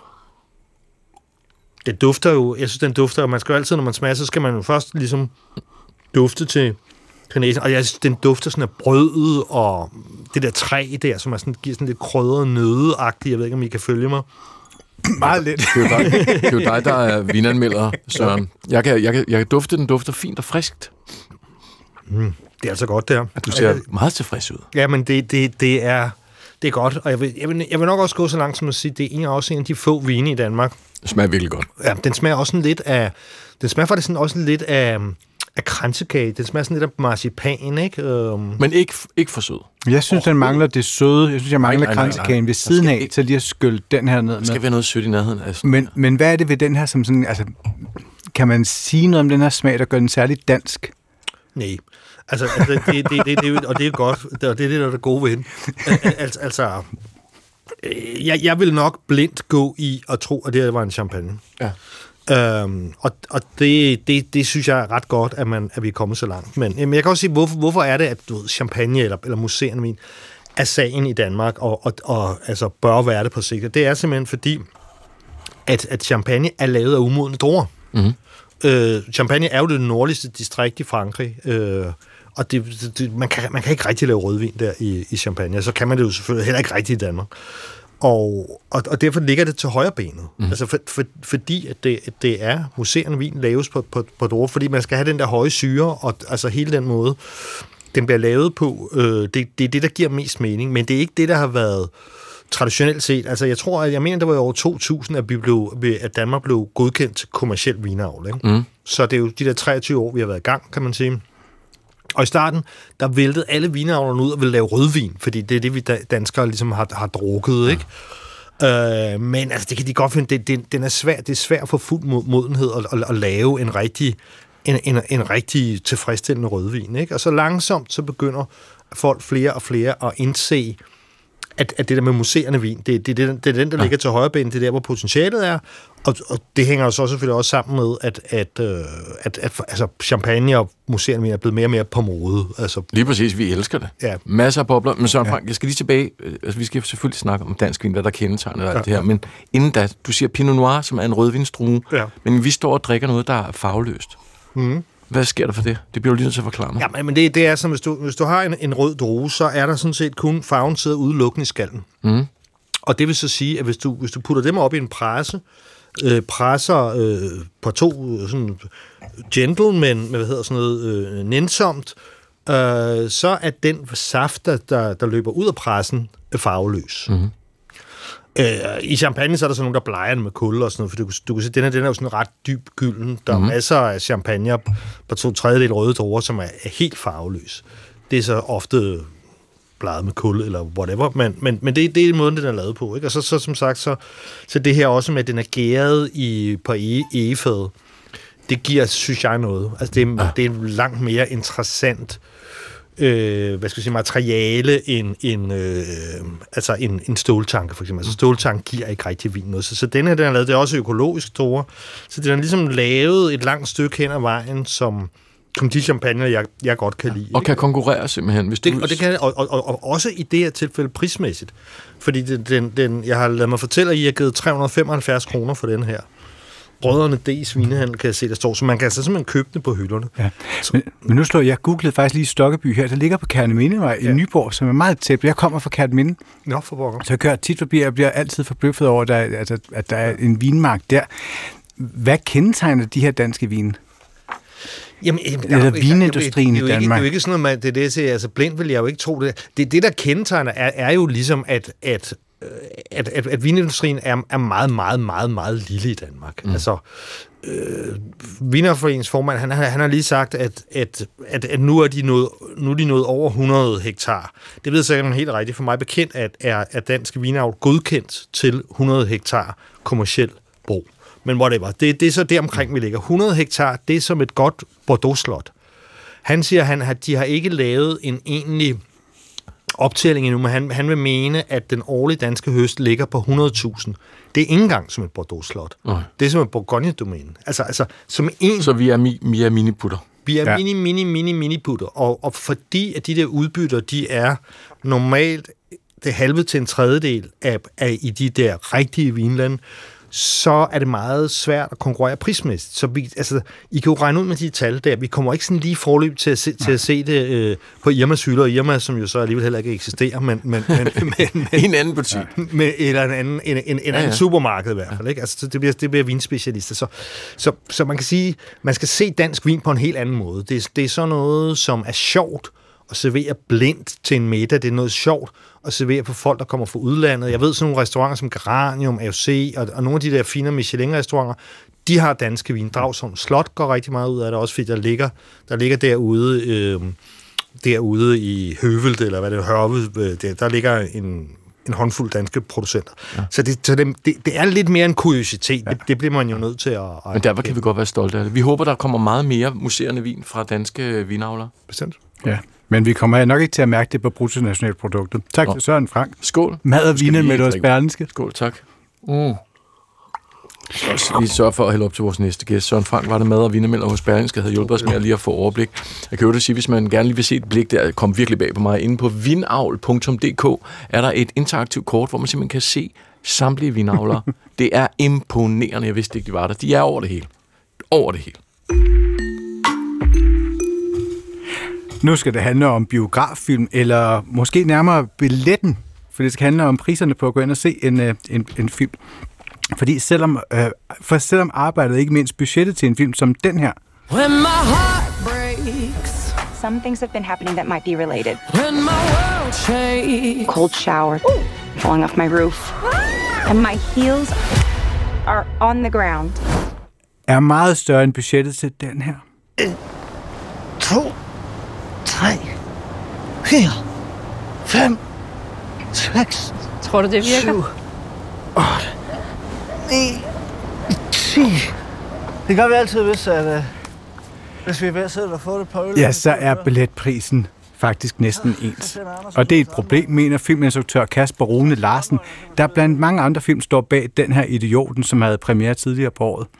det dufter jo, jeg synes, den dufter, og man skal jo altid, når man smager, så skal man jo først ligesom dufte til kanæsen, og jeg synes, den dufter sådan af brødet, og det der træ der, som er sådan, giver sådan lidt krydret nødeagtigt. Jeg ved ikke, om I kan følge mig. Meget lidt. Det er jo dig, det er jo dig der er vinanmelder, Søren. Jeg kan, jeg, kan, jeg kan dufte, den dufter fint og friskt. Mm, det er altså godt, der. Du ser meget tilfreds ud. Ja, men det, det, det, er, det er godt, og jeg vil, jeg, vil, jeg vil nok også gå så langt som at sige, det er også en af de få vine i Danmark. Det smager virkelig godt. Ja, den smager også sådan lidt af, den smager faktisk sådan også lidt af, af kransekage. Den smager sådan lidt af marcipan, ikke? Um... Men ikke, ikke for sød. Jeg synes, den mangler det søde. Jeg synes, jeg mangler kransekagen ved siden af, til lige at skylde den her ned med. Der skal være noget sødt i nærheden. Altså. Men, men hvad er det ved den her, som sådan, altså, kan man sige noget om den her smag, der gør den særligt dansk? Nej. Altså, altså det, det, det, det, det, og det er godt, og det er det, der er det gode ved den. Altså, altså jeg, jeg vil nok blindt gå i og tro, at det her var en champagne. Ja. Øhm, og og det, det, det synes jeg er ret godt, at, man, at vi er kommet så langt. Men jamen, jeg kan også sige, hvorfor, hvorfor er det, at du ved, champagne eller, eller museerne min er sagen i Danmark, og, og, og altså, bør være det på sigt. Det er simpelthen fordi, at, at champagne er lavet af umodne druer. Mm-hmm. Øh, champagne er jo det nordligste distrikt i Frankrig, øh, og det, det, man, kan, man kan ikke rigtig lave rødvin der i, i Champagne, så kan man det jo selvfølgelig heller ikke rigtig i Danmark. Og, og, og derfor ligger det til højre benet. Mm. Altså for, for, fordi at det, at det er museerne vin laves på, på, på druer, fordi man skal have den der høje syre, og altså hele den måde, den bliver lavet på, øh, det, det er det, der giver mest mening, men det er ikke det, der har været traditionelt set. Altså jeg tror, at jeg mener, det var i år to tusind, at, vi blev, at Danmark blev godkendt til kommerciel vinavl. Ikke? Mm. Så det er jo de der treogtyve år, vi har været i gang, kan man sige. Og i starten, der væltede alle vinavlerne ud og ville lave rødvin, fordi det er det, vi danskere ligesom har, har drukket, ikke? Ja. Øh, men altså, det kan de godt finde, det, det, den er svært, det er svært at få fuld modenhed at, at, at lave en rigtig, en, en, en rigtig tilfredsstillende rødvin, ikke? Og så langsomt, så begynder folk flere og flere at indse, at, at det der med museerne vin, det, det, det, det er den, der ja. ligger til højre ben, det er der, hvor potentialet er, og, og det hænger jo så selvfølgelig også sammen med, at, at, øh, at, at altså, champagne og museerne vin er blevet mere og mere på mode. Altså. Lige præcis, vi elsker det. Ja. Masser af bobler. Men Søren Frank, ja. jeg skal lige tilbage, altså vi skal selvfølgelig snakke om dansk vin, hvad der kendetegner alt ja. det her, men inden da, du siger Pinot Noir, som er en rødvinsdrue, ja. men vi står og drikker noget, der er farveløst. Mm. Hvad sker der for det? Det bliver jo lige nødt til at forklare mig. Ja, men det, det er som, hvis du, hvis du har en, en rød drue, så er der sådan set kun farven sidder udelukkende i skallen. Mm. Og det vil så sige, at hvis du, hvis du putter dem op i en presse, øh, presser øh, på to sådan gentle, men hvad hedder sådan noget øh, nænsomt, øh, så er den saft, der, der, der løber ud af pressen, farveløs. Mm. Øh, I champagne, så er der sådan nogle, der bleger med kul og sådan noget, for du, du kan se, den er, den er jo sådan ret dyb gylden. Der er mm-hmm. masser af champagne på to tredjedel røde druer, som er, er helt farveløs. Det er så ofte bleget med kul eller whatever, men, men, men det, det er måden, den er lavet på, ikke? Og så, så som sagt, så, så det her også med, at den er gæret i, på egefad, det giver, synes jeg, noget. Altså, det er, ja. det er langt mere interessant Øh, hvad skal jeg sige, materiale end en, øh, altså en, en ståltanke, for eksempel. Altså ståltank giver ikke rigtig vin noget. Så, så den her, den er lavet, det er også økologisk store. Så den er ligesom lavet et langt stykke hen ad vejen, som, som de champagne, jeg, jeg godt kan lide. Og kan konkurrere simpelthen. Hvis du... det, og det kan og, og, og, og også i det her tilfælde prismæssigt. Fordi den, den, den, jeg har ladet mig fortælle, at I har givet tre hundrede og femoghalvfjerds kroner for den her. Brødrene D. Svinehandel, kan jeg se, der står, så man kan altså simpelthen købe det på hylderne. Ja. Men, men nu slår jeg, googlede faktisk lige Stokkeby her, der ligger på Kertemindevej ja. i Nyborg, som er meget tæt. Jeg kommer fra Kerteminde. Nå, for pokker. Så jeg kører tit forbi, og jeg bliver altid forbløffet over, at der, altså, at der er en vinmark der. Hvad kendetegner de her danske vine? Jamen, jamen eller der, vinindustrien det, det, det, det, i Danmark. Det er jo ikke sådan noget, det er det, jeg siger, altså blind vil jeg jo ikke tro det. Det, det der kendetegner, er, er jo ligesom, at, at at, at, at vinindustrien er, er meget, meget, meget, meget lille i Danmark. Mm. Altså, øh, Vinerforeningens formand, han, han har lige sagt, at, at, at, at nu, er de nået, nu er de nået over hundrede hektar. Det ved jeg sikkert helt rigtigt. For mig bekendt, at er, er dansk vinavl godkendt til hundrede hektar kommerciel brug. Men whatever. Det, det er så deromkring, vi ligger. hundrede hektar, det er som et godt Bordeaux-slot. Han siger, han, at de har ikke lavet en egentlig optælling endnu, men han, han vil mene, at den årlige danske høst ligger på hundrede tusind. Det er ikke engang som et Bordeaux-slot. Nej. Det er som et Bourgogne-domæne. Altså, altså, som en... Så vi er, mi, vi er miniputter. Vi er ja. mini, mini, mini, mini-putter. Og, og fordi at de der udbytter, de er normalt det halve til en tredjedel af, af i de der rigtige vinlande, så er det meget svært at konkurrere prismæssigt. Så vi, altså, I kan jo regne ud med de tal der. Vi kommer ikke sådan lige forløb til at se, til at se det øh, på Irmas hylder, og Irma, som jo så alligevel heller ikke eksisterer, men... men, men, men, men en anden butik. Med, eller en anden, en, en, en ja, ja. anden supermarked i hvert fald. Ikke? Altså, det, bliver, det bliver vinspecialister. Så, så, så man kan sige, man skal se dansk vin på en helt anden måde. Det, det er sådan noget, som er sjovt at servere blindt til en middag. Det er noget sjovt at servere for folk, der kommer fra udlandet. Jeg ved sådan nogle restauranter som Geranium, A O C og, og nogle af de der fine Michelin-restauranter, de har danske vin. Dragsholm Slot går rigtig meget ud af det, også fordi der ligger, der ligger derude, øh, derude i Høvelt, eller hvad det er, Hørve, der, der ligger en, en håndfuld danske producenter. Ja. Så, det, så det, det, det er lidt mere en kuriositet. Ja. Det, det bliver man jo nødt til at... at Men derfor kan vi godt være stolte af det. Vi håber, der kommer meget mere museerne vin fra danske vinavlere. Bestemt. Ja. Men vi kommer nok ikke til at mærke det på bruttonationalproduktet. Tak Nå. til Søren Frank. Skål. Mad og vinen med vores Berlingske. Skål, tak. Mm. Vi sørger for at hælde op til vores næste gæst. Søren Frank var det mad og vinemælder hos Berlingske, havde hjulpet os med at lige at få overblik. Jeg kan jo da sige, hvis man gerne lige vil se et blik, der kom virkelig bag på mig. Inde på vinavl punktum d k er der et interaktivt kort, hvor man simpelthen kan se samtlige vinavlere. Det er imponerende. Jeg vidste ikke, de var der. De er over det hele. Over det hele. Nu skal det handle om biograffilm, eller måske nærmere billetten, for det skal handle om priserne på at gå ind og se en, en, en film. Fordi selvom, øh, for selvom arbejdet ikke mindst budgettet til en film som den her, When my heart breaks, some things have been happening that might be related. When my world shakes, cold shower, falling off my roof, and my heels are on the ground. Er meget større end budgettet til den her. En, to, tre, fire, fem, seks. Tror du, det virker? Syv, otte, ni, ti. Det gør vi altid, hvis, at, uh, hvis vi er ved at sidde og få det på øl. Ja, så er billetprisen faktisk næsten ens. Og det er et problem, mener filminstruktør Kasper Rune Larsen, der blandt mange andre film står bag den her Idioten, som havde premiere tidligere på året.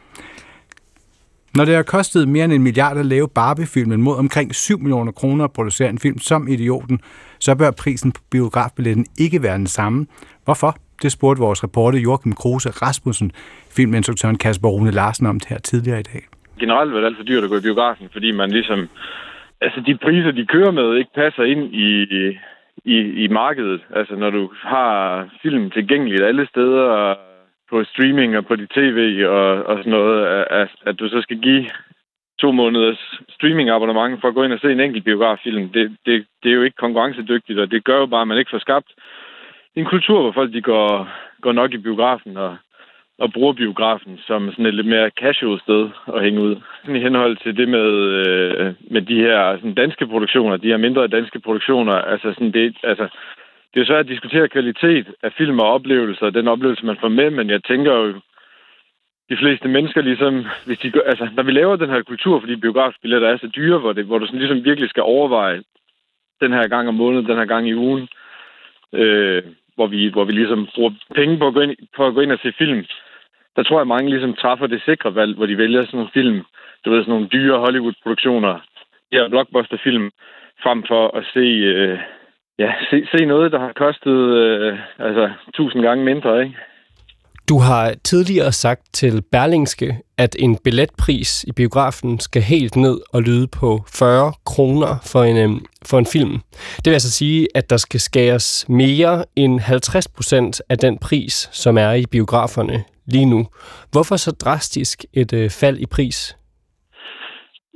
Når det har kostet mere end en milliard at lave Barbie-filmen mod omkring syv millioner kroner at producere en film som Idioten, så bør prisen på biografbilletten ikke være den samme. Hvorfor? Det spurgte vores reporter Joachim Kruse Rasmussen, filminstruktøren Kasper Rune Larsen om det her tidligere i dag. Generelt er det alt for dyrt at gå i biografen, fordi man ligesom, altså de priser, de kører med, ikke passer ind i, i, i markedet. Altså når du har film tilgængeligt alle steder, på streaming og på dit tv og, og sådan noget, at, at du så skal give to måneders streamingabonnement for at gå ind og se en enkelt biograffilm, det, det, det er jo ikke konkurrencedygtigt, og det gør jo bare, at man ikke får skabt en kultur, hvor folk de går, går nok i biografen og, og bruger biografen som sådan et lidt mere casual sted at hænge ud. I henhold til det med, øh, med de her sådan danske produktioner, de her mindre danske produktioner, altså sådan det, altså det er jo svært at diskutere kvalitet af film og oplevelser, den oplevelse, man får med, men jeg tænker jo, de fleste mennesker ligesom, hvis de, altså, når vi laver den her kultur, fordi biografbilletter er så dyre, hvor, det, hvor du sådan ligesom virkelig skal overveje den her gang om måneden, den her gang i ugen, øh, hvor, vi, hvor vi ligesom bruger penge på at, gå ind, på at gå ind og se film, der tror jeg, mange ligesom træffer det sikre valg, hvor de vælger sådan nogle film, du ved, sådan nogle dyre Hollywood-produktioner, de her blockbuster-film, frem for at se... Øh, Ja, se, se noget, der har kostet øh, altså tusind gange mindre, ikke? Du har tidligere sagt til Berlingske, at en billetpris i biografen skal helt ned og lyde på fyrre kroner for en, for en film. Det vil altså sige, at der skal skæres mere end halvtreds procent af den pris, som er i biograferne lige nu. Hvorfor så drastisk et øh, fald i pris?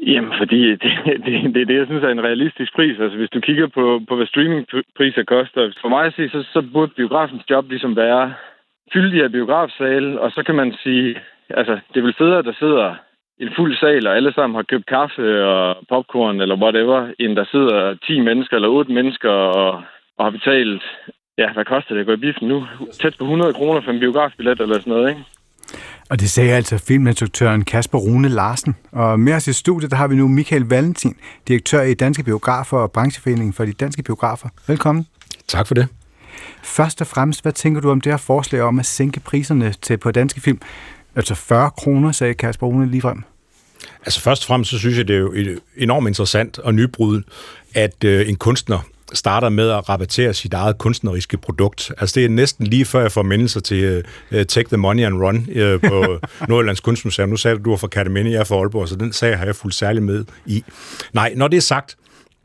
Jamen, fordi det er det, det, det, jeg synes er en realistisk pris. Altså, hvis du kigger på, på hvad streamingpriser koster, for mig at se, så, så burde biografens job ligesom være fyldt de her biografsale, og så kan man sige, altså, det er vel federe, der sidder en fuld sal, og alle sammen har købt kaffe og popcorn eller whatever, end der sidder ti mennesker eller otte mennesker og, og har betalt, ja, hvad koster det at gå i biffen nu? Tæt på hundrede kroner for en biografbillet eller sådan noget, ikke? Og det sagde altså filminstruktøren Kasper Rune Larsen. Og med os i studiet, der har vi nu Michael Valentin, direktør i Danske Biografer og Brancheforeningen for de Danske Biografer. Velkommen. Tak for det. Først og fremmest, hvad tænker du om det her forslag om at sænke priserne til på danske film? Altså fyrre kroner, sagde Kasper Rune ligefrem. Altså først og fremmest, så synes jeg, det er jo enormt interessant og nybrud, at øh, en kunstner starter med at rabattere sit eget kunstneriske produkt. Altså det er næsten lige før jeg får mindelser til uh, Take the Money and Run uh, på Nordjyllands Kunstmuseum. Nu sagde du, du var fra Kataminde, jeg er fra Aalborg, så den sag har jeg fulgt særligt med i. Nej, når det er sagt,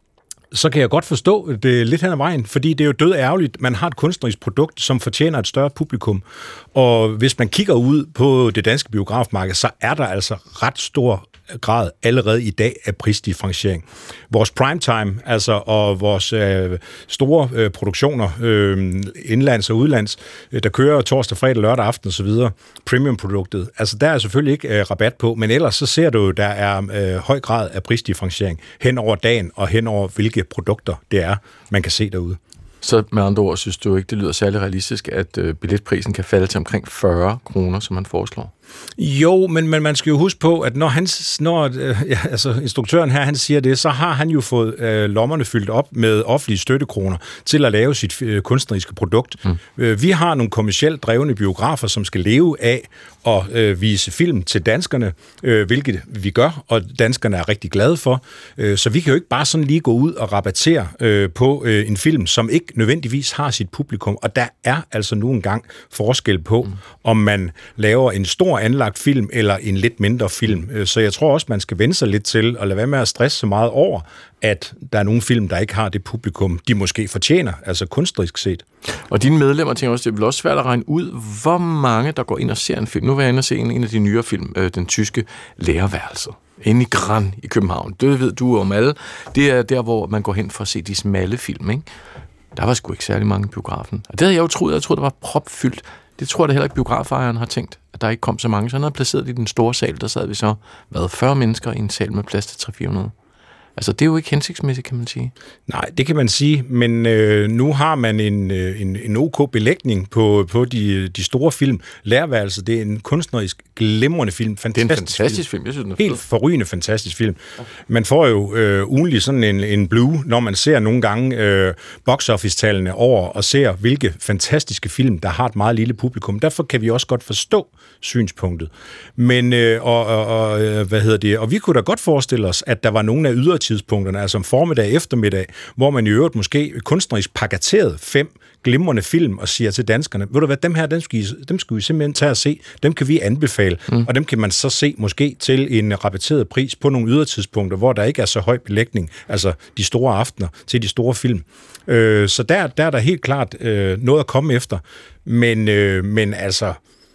så kan jeg godt forstå det lidt hen ad vejen, fordi det er jo død ærgerligt. Man har et kunstnerisk produkt, som fortjener et større publikum. Og hvis man kigger ud på det danske biografmarked, så er der altså ret stor grad allerede i dag af prisdifferentiering. Vores primetime, altså, og vores øh, store øh, produktioner, øh, indlands og udlands, øh, der kører torsdag, fredag, lørdag aften osv., premium-produktet, altså der er selvfølgelig ikke øh, rabat på, men ellers så ser du, der er øh, høj grad af prisdifferentiering hen over dagen og hen over hvilke produkter det er, man kan se derude. Så med andre ord, synes du ikke, det lyder særlig realistisk, at øh, billetprisen kan falde til omkring fyrre kroner, som man foreslår? Jo, men, men man skal jo huske på, at når, han, når øh, ja, altså, instruktøren her, han siger det, så har han jo fået øh, lommerne fyldt op med offentlige støttekroner til at lave sit øh, kunstneriske produkt. Mm. Øh, vi har nogle kommercielt drevne biografer, som skal leve af at øh, vise film til danskerne, øh, hvilket vi gør, og danskerne er rigtig glade for. Øh, så vi kan jo ikke bare sådan lige gå ud og rabattere øh, på øh, en film, som ikke nødvendigvis har sit publikum. Og der er altså nu engang forskel på, mm. om man laver en stor anlagt film eller en lidt mindre film. Så jeg tror også, man skal vende sig lidt til at lade være med at stresse så meget over, at der er nogle film, der ikke har det publikum, de måske fortjener, altså kunstnerisk set. Og dine medlemmer tænker også, det er vel også svært at regne ud, hvor mange, der går ind og ser en film. Nu vil jeg ind og se en, en af de nyere film, øh, den tyske Lærerværelse, inde i Gran i København. Det ved du om alle. Det er der, hvor man går hen for at se de smalle film, ikke? Der var sgu ikke særlig mange i biografen. Og det havde jeg jo troet, jeg troede, det var propfyldt. Det tror jeg da heller ikke, biografejeren har tænkt, at der ikke kom så mange. Så han havde placeret i den store sal, der sad vi så, hvad, fyrre mennesker i en sal med plads til tre hundrede til fire hundrede. Altså, det er jo ikke hensigtsmæssigt, kan man sige. Nej, det kan man sige, men øh, nu har man en, en, en OK belægning på, på de, de store film. Lærerværelse, det er en kunstnerisk glimrende film. Fantastisk det er en fantastisk film. film. Jeg synes, den er helt forrygende fantastisk film. Man får jo øh, ugenlig sådan en, en blue, når man ser nogle gange øh, box office-tallene over og ser, hvilke fantastiske film, der har et meget lille publikum. Derfor kan vi også godt forstå synspunktet. Men, øh, og, og, og, hvad hedder det, og vi kunne da godt forestille os, at der var nogle af ydertidspunkterne, altså om formiddag, eftermiddag, hvor man i øvrigt måske kunstnerisk paketeret fem glimrende film og siger til danskerne, ved du hvad, dem her, dem skal, I, dem skal vi simpelthen tage og se, dem kan vi anbefale, mm. og dem kan man så se måske til en rabatteret pris på nogle ydertidspunkter, hvor der ikke er så høj belægning, altså de store aftener til de store film. Øh, så der, der er der helt klart øh, noget at komme efter, men, øh, men altså,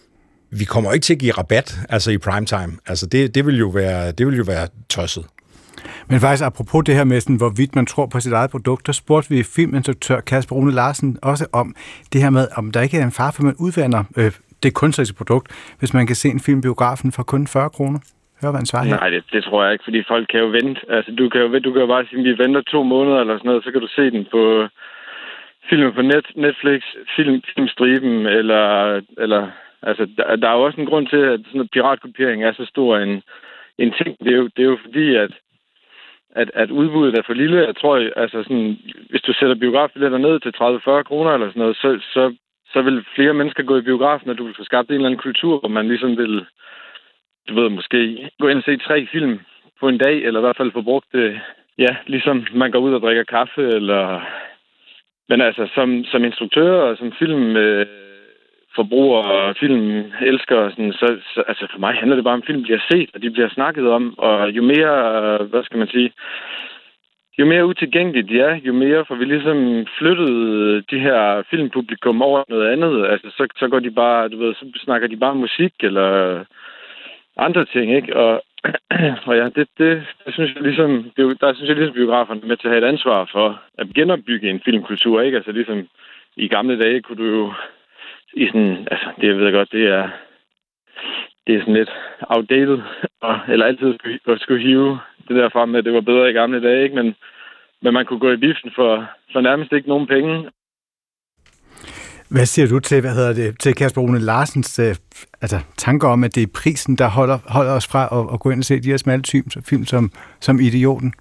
vi kommer ikke til at give rabat, altså i primetime. Altså det, det vil jo være, det vil jo være tosset. Men faktisk apropos det her med, sådan, hvorvidt man tror på sit eget produkt, der spurgte vi filminstruktør Kasper Rune Larsen også om det her med, om der ikke er en fare for, at man udvander øh, det kunstneriske produkt, hvis man kan se en film i biografen for kun fyrre kroner. Hør, hvad han svarer her. Nej, det, det tror jeg ikke, fordi folk kan jo vente. Altså, du kan jo, du kan jo bare sige, at vi venter to måneder eller sådan noget, så kan du se den på film på net, Netflix, film, filmstriben, eller, eller altså, der, der er jo også en grund til, at sådan noget piratkopiering er så stor en, en ting. Det er jo, det er jo fordi, at At, at udbuddet er for lille. Jeg tror, altså sådan, hvis du sætter biografbilletter ned til tredive til fyrre kroner eller sådan noget, så, så, så vil flere mennesker gå i biografen, og du vil få skabt en eller anden kultur, hvor man ligesom vil, du ved, måske gå ind og se tre film på en dag, eller i hvert fald få brugt det, ja, ligesom man går ud og drikker kaffe, eller... Men altså, som, som instruktør og som film... Øh, forbrugere og film elsker, sådan, så, så altså for mig handler det bare om, at film bliver set, og de bliver snakket om, og jo mere, hvad skal man sige, jo mere utilgængeligt de er, jo mere får vi ligesom flyttet de her filmpublikum over noget andet. Altså, så, så går de bare, du ved, så snakker de bare musik eller andre ting, ikke? Og, og ja, det, det, det synes jeg ligesom, der synes jeg ligesom biograferne er med til at have et ansvar for at genopbygge en filmkultur, ikke? Altså ligesom i gamle dage kunne du jo i sådan, altså det jeg ved godt, det er det er sådan lidt outdated, og, eller altid skulle, skulle hive det der frem med, at det var bedre i gamle dage, ikke? Men, men man kunne gå i biffen for, for nærmest ikke nogen penge. Hvad siger du til, hvad hedder det, til Kasper Rune Larsens øh, altså, tanker om, at det er prisen, der holder, holder os fra at, at gå ind og se de her smalle film som, som Idioten?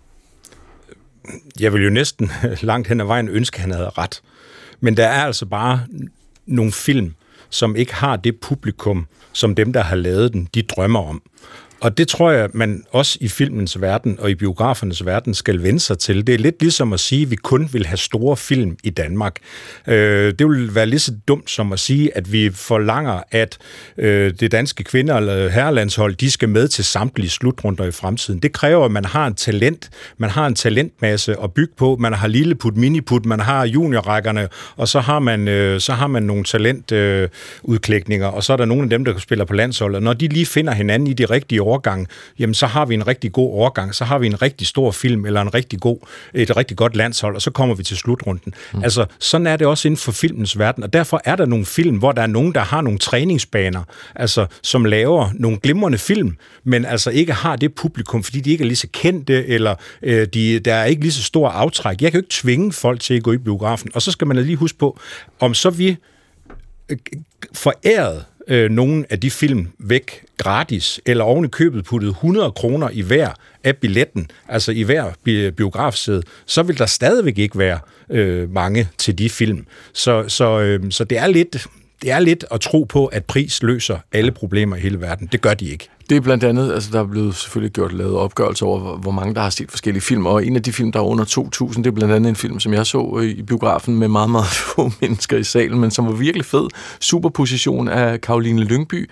Jeg vil jo næsten langt hen ad vejen ønske, at han havde ret. Men der er altså bare nogle film, som ikke har det publikum, som dem, der har lavet den, de drømmer om. Og det tror jeg, man også i filmens verden og i biografernes verden skal vende sig til. Det er lidt ligesom at sige, at vi kun vil have store film i Danmark. Øh, det vil være lige så dumt som at sige, at vi forlanger, at øh, det danske kvinder- eller herrelandshold, de skal med til samtlige slutrunder i fremtiden. Det kræver, at man har en talent, man har en talentmasse at bygge på. Man har lilleput, miniput, man har juniorrækkerne, og så har man, øh, så har man nogle talentudklækninger, øh, og så er der nogle af dem, der spiller på landsholdet. Når de lige finder hinanden i de rigtige årgang, jamen så har vi en rigtig god årgang, så har vi en rigtig stor film, eller en rigtig god, et rigtig godt landshold, og så kommer vi til slutrunden. Mm. Altså, sådan er det også inden for filmens verden, og derfor er der nogle film, hvor der er nogen, der har nogle træningsbaner, altså, som laver nogle glimrende film, men altså ikke har det publikum, fordi de ikke er lige så kendte, eller øh, de, der er ikke lige så stor aftræk. Jeg kan jo ikke tvinge folk til at gå i biografen, og så skal man lige huske på, om så vi øh, foræret øh, nogle af de film væk gratis, eller oven i købet puttet hundrede kroner i hver af billetten, altså i hver bi- biografsæde, så vil der stadigvæk ikke være øh, mange til de film. Så, så, øh, så det er lidt... Det er lidt at tro på, at pris løser alle problemer i hele verden. Det gør de ikke. Det er blandt andet, altså der er blevet selvfølgelig gjort lavet opgørelser over, hvor mange der har set forskellige film, og en af de film, der er under to tusind, det er blandt andet en film, som jeg så i biografen med meget, meget få mennesker i salen, men som var virkelig fed. Superposition af Caroline Lyngby.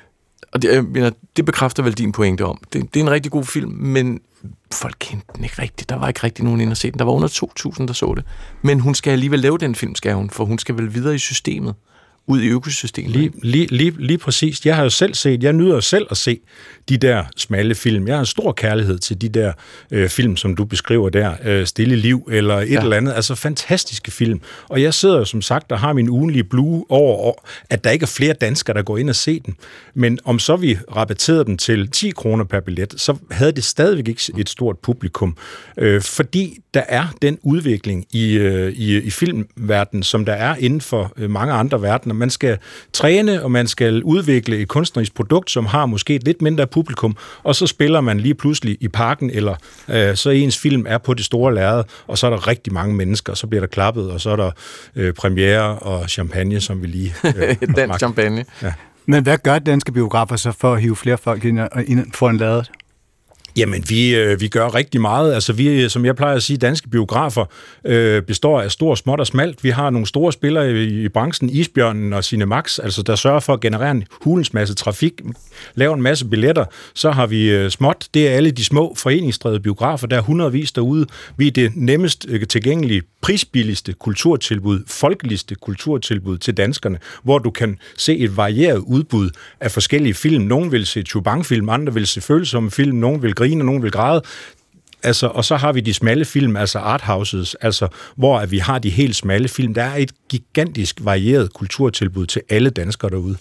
Og det, jeg mener, det bekræfter vel din pointe om. Det, det er en rigtig god film, men folk kendte den ikke rigtigt. Der var ikke rigtig nogen inde at se den. Der var under to tusind, der så det. Men hun skal alligevel lave den film, skal hun, for hun skal vel videre i systemet. Ud i økosystemet. Lige, lige, lige, lige præcis. Jeg har jo selv set, jeg nyder selv at se de der smalle film. Jeg har en stor kærlighed til de der øh, film, som du beskriver der, øh, Stille Liv eller et ja. eller andet. Altså fantastiske film. Og jeg sidder jo som sagt og har min ugenlige blue over, at der ikke er flere danskere, der går ind og ser den. Men om så vi rabatterede den til ti kroner per billet, så havde det stadigvæk ikke et stort publikum. Øh, fordi der er den udvikling i, øh, i, i filmverdenen, som der er inden for øh, mange andre verdener. Man skal træne, og man skal udvikle et kunstnerisk produkt, som har måske et lidt mindre publikum, og så spiller man lige pludselig i parken, eller øh, så ens film er på det store lærred, og så er der rigtig mange mennesker, og så bliver der klappet, og så er der øh, premiere og champagne, som vi lige... Øh, Den champagne. Ja. Men hvad gør danske biografer så for at hive flere folk ind, ind foran ladet? Jamen, vi, øh, vi gør rigtig meget. Altså, vi, som jeg plejer at sige, danske biografer øh, består af stor, småt og smalt. Vi har nogle store spillere i, i branchen, Isbjørnen og Cinemax, altså der sørger for at generere en hulens masse trafik, lave en masse billetter. Så har vi øh, småt, det er alle de små foreningsdrevede biografer, der er hundredvis derude. Vi er det nemmest øh, tilgængelige, prisbilligste kulturtilbud, folkeligste kulturtilbud til danskerne, hvor du kan se et varieret udbud af forskellige film. Nogle vil se Chubang-film, andre vil se følsomme film, nogle vil grine, og nogen vil græde. Altså, og så har vi de smalle film, altså arthouses, altså, hvor vi har de helt smalle film. Der er et gigantisk varieret kulturtilbud til alle danskere derude.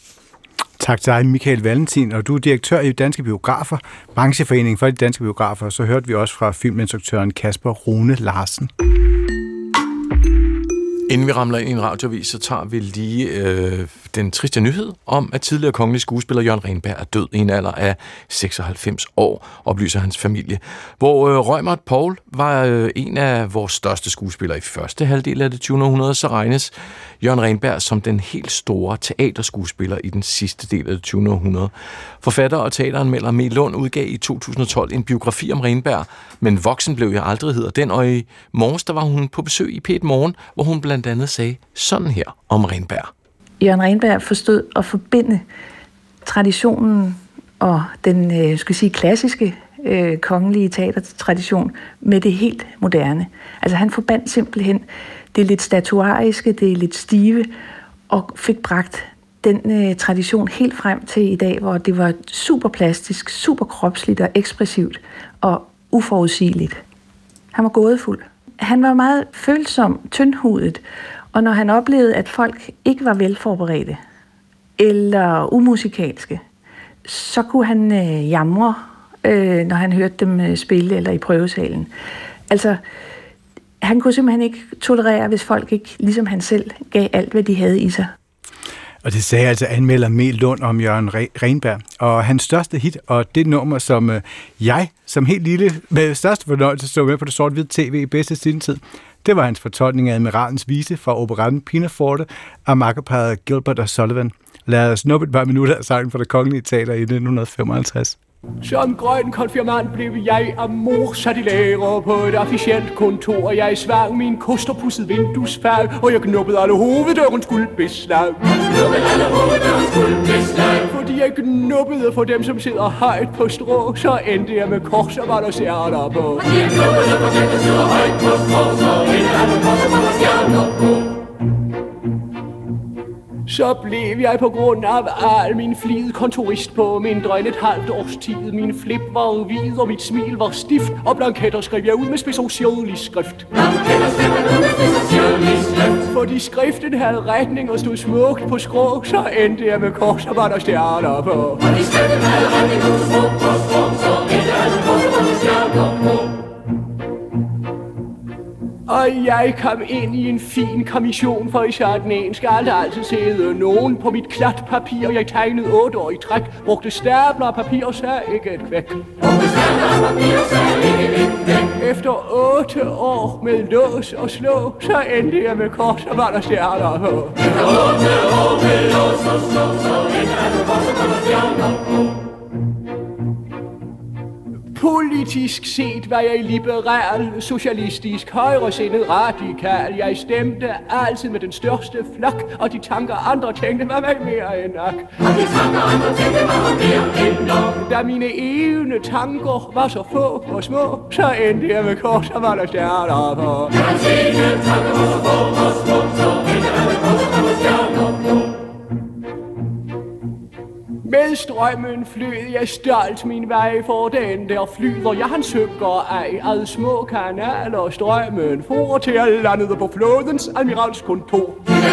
Tak til dig, Michael Valentin, og du er direktør i Danske Biografer, brancheforeningen for de danske biografer, så hørte vi også fra filminstruktøren Kasper Rune Larsen. Inden vi ramler ind i en radioavis, så tager vi lige øh, den triste nyhed om, at tidligere kongelig skuespiller Jørgen Renberg er død i en alder af seksoghalvfems år, oplyser hans familie. Hvor øh, Reumert Paul var øh, en af vores største skuespillere i første halvdel af det tyvende århundrede, så regnes Jørgen Renberg som den helt store teaterskuespiller i den sidste del af det tyvende århundrede. Forfatter og teateranmelder Mie Lund udgav i to tusind og tolv en biografi om Renberg, men Voksen blev jeg aldrig hedder den, og i morges der var hun på besøg i P et Morgen, hvor hun blandt andet sagde sådan her om Renberg. Jørgen Renberg forstod at forbinde traditionen og den øh, skal sige, klassiske øh, kongelige teatertradition med det helt moderne. Altså han forbandt simpelthen det lidt statuariske, det lidt stive, og fik bragt den øh, tradition helt frem til i dag, hvor det var super plastisk, super kropsligt og ekspressivt og uforudsigeligt. Han var gådefuld. Han var meget følsom, tyndhudet, og når han oplevede, at folk ikke var velforberedte eller umusikalske, så kunne han øh, jamre, øh, når han hørte dem øh, spille eller i prøvesalen. Altså, han kunne simpelthen ikke tolerere, hvis folk ikke, ligesom han selv, gav alt, hvad de havde i sig. Og det sagde altså anmelder Mel Lund om Jørgen Renberg. Og hans største hit, og det nummer, som øh, jeg som helt lille med største fornøjelse så med på det sort-hvide tv i bedste sindtid, det var hans fortolkning af Admiralens vise fra operetten Pinaforte af makkerparret Gilbert og Sullivan. Lad os snuppe et par minutter af sangen fra Det Kongelige Teater i nitten femoghalvtreds. Som grøn konfirmand blev jeg af mor sat i lære på et officielt kontor. Jeg svang min kosterpudset vinduesfag, og jeg knuppede alle hoveddørens guldbeslag. alle hoveddørens guldbeslag. Fordi jeg knuppede for dem, som sidder højt på strå, så endte jeg med kors og var der stjerner på. Fordi jeg knuppede for dem, der sidder højt på strå, så endte jeg med kors og var der stjerner på. Så blev jeg på grund af al min flid kontorist på mindre end et halvt års tid. Min flip var hvid, og mit smil var stift, og blanketter skrev jeg ud med speciallig skrift. Blanketter skrev jeg ud med speciallig skrift. Fordi skriften havde retning og stod smukt på skrå, så endte jeg med kors og var der stjerner på. Fordi skriften havde retning og stod smukt på skrå, så endte jeg med kors og var der stjerner på. Og jeg kom ind i en fin kommission, for i sådan en skal der altid sidde nogen på mit klat papir. Jeg tegnede otte år i træk, brugte stabler af papir og sagde ikke et kvæk. Efter otte år med lås og slå, så endte jeg med kors og var der stjerner på. Efter otte år med lås og slå, så endte jeg med kors og var der stjerner på. Politisk set var jeg liberal, socialistisk, højresindet, radikal. Jeg stemte altid med den største flok, og de tanker andre tænkte var mig mere end nok. Og de tanker andre tænkte var mere end nok. Da mine evne tanker var så få og små, så endte jeg med kors og var der stjerner på. Da mine evne tanker var så få og små, så endte jeg med kors og var der stjerner på. Med strømmen flød jeg stolt min vej for den der fly, hvor jeg han søger af ad små kanaler. Strømmen for til at landede på flådens admiralskontor.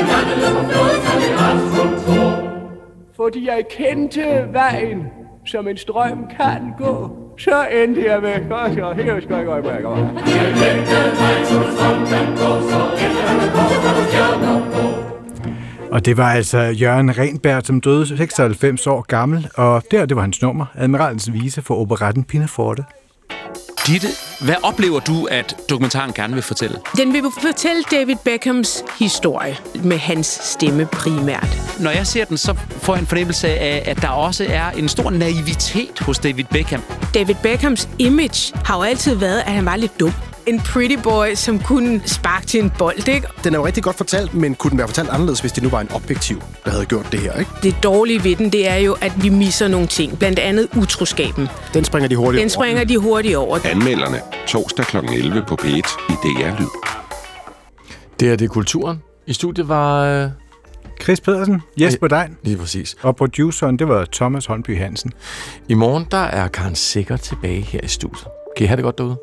Fordi jeg kendte vejen, som en strøm kan gå, så endte jeg med kors og her skal jeg gå i brækker. Jeg kendte vejen, som en strøm kan gå, så endte jeg med kors og stjerner på. Og det var altså Jørgen Renberg, som døde seksoghalvfems år gammel, og der, det var hans nummer, Admiralens vise for operetten Pinaforte. Ditte, hvad oplever du, at dokumentaren gerne vil fortælle? Den vil fortælle David Beckhams historie med hans stemme primært. Når jeg ser den, så får jeg en fornemmelse af, at der også er en stor naivitet hos David Beckham. David Beckhams image har jo altid været, at han var lidt dum. En pretty boy, som kunne sparke til en bold, ikke? Den er jo rigtig godt fortalt, men kunne den være fortalt anderledes, hvis det nu var en objektiv, der havde gjort det her, ikke? Det dårlige ved den, det er jo, at vi misser nogle ting. Blandt andet utroskaben. Den springer de hurtigt over. Den springer de hurtigt over. Anmelderne. Torsdag klokken elleve på P et i D R Lyd. Det er det kulturen. I studiet var... Øh... Chris Pedersen, Jesper Dein. Lige præcis. Og produceren, det var Thomas Holmby Hansen. I morgen, der er Karen Sikker tilbage her i studiet. Kan I have det godt derude?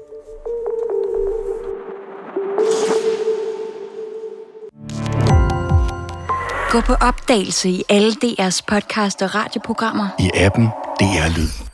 Gå på opdagelse i alle D R's podcast og radioprogrammer. I appen D R Lyd.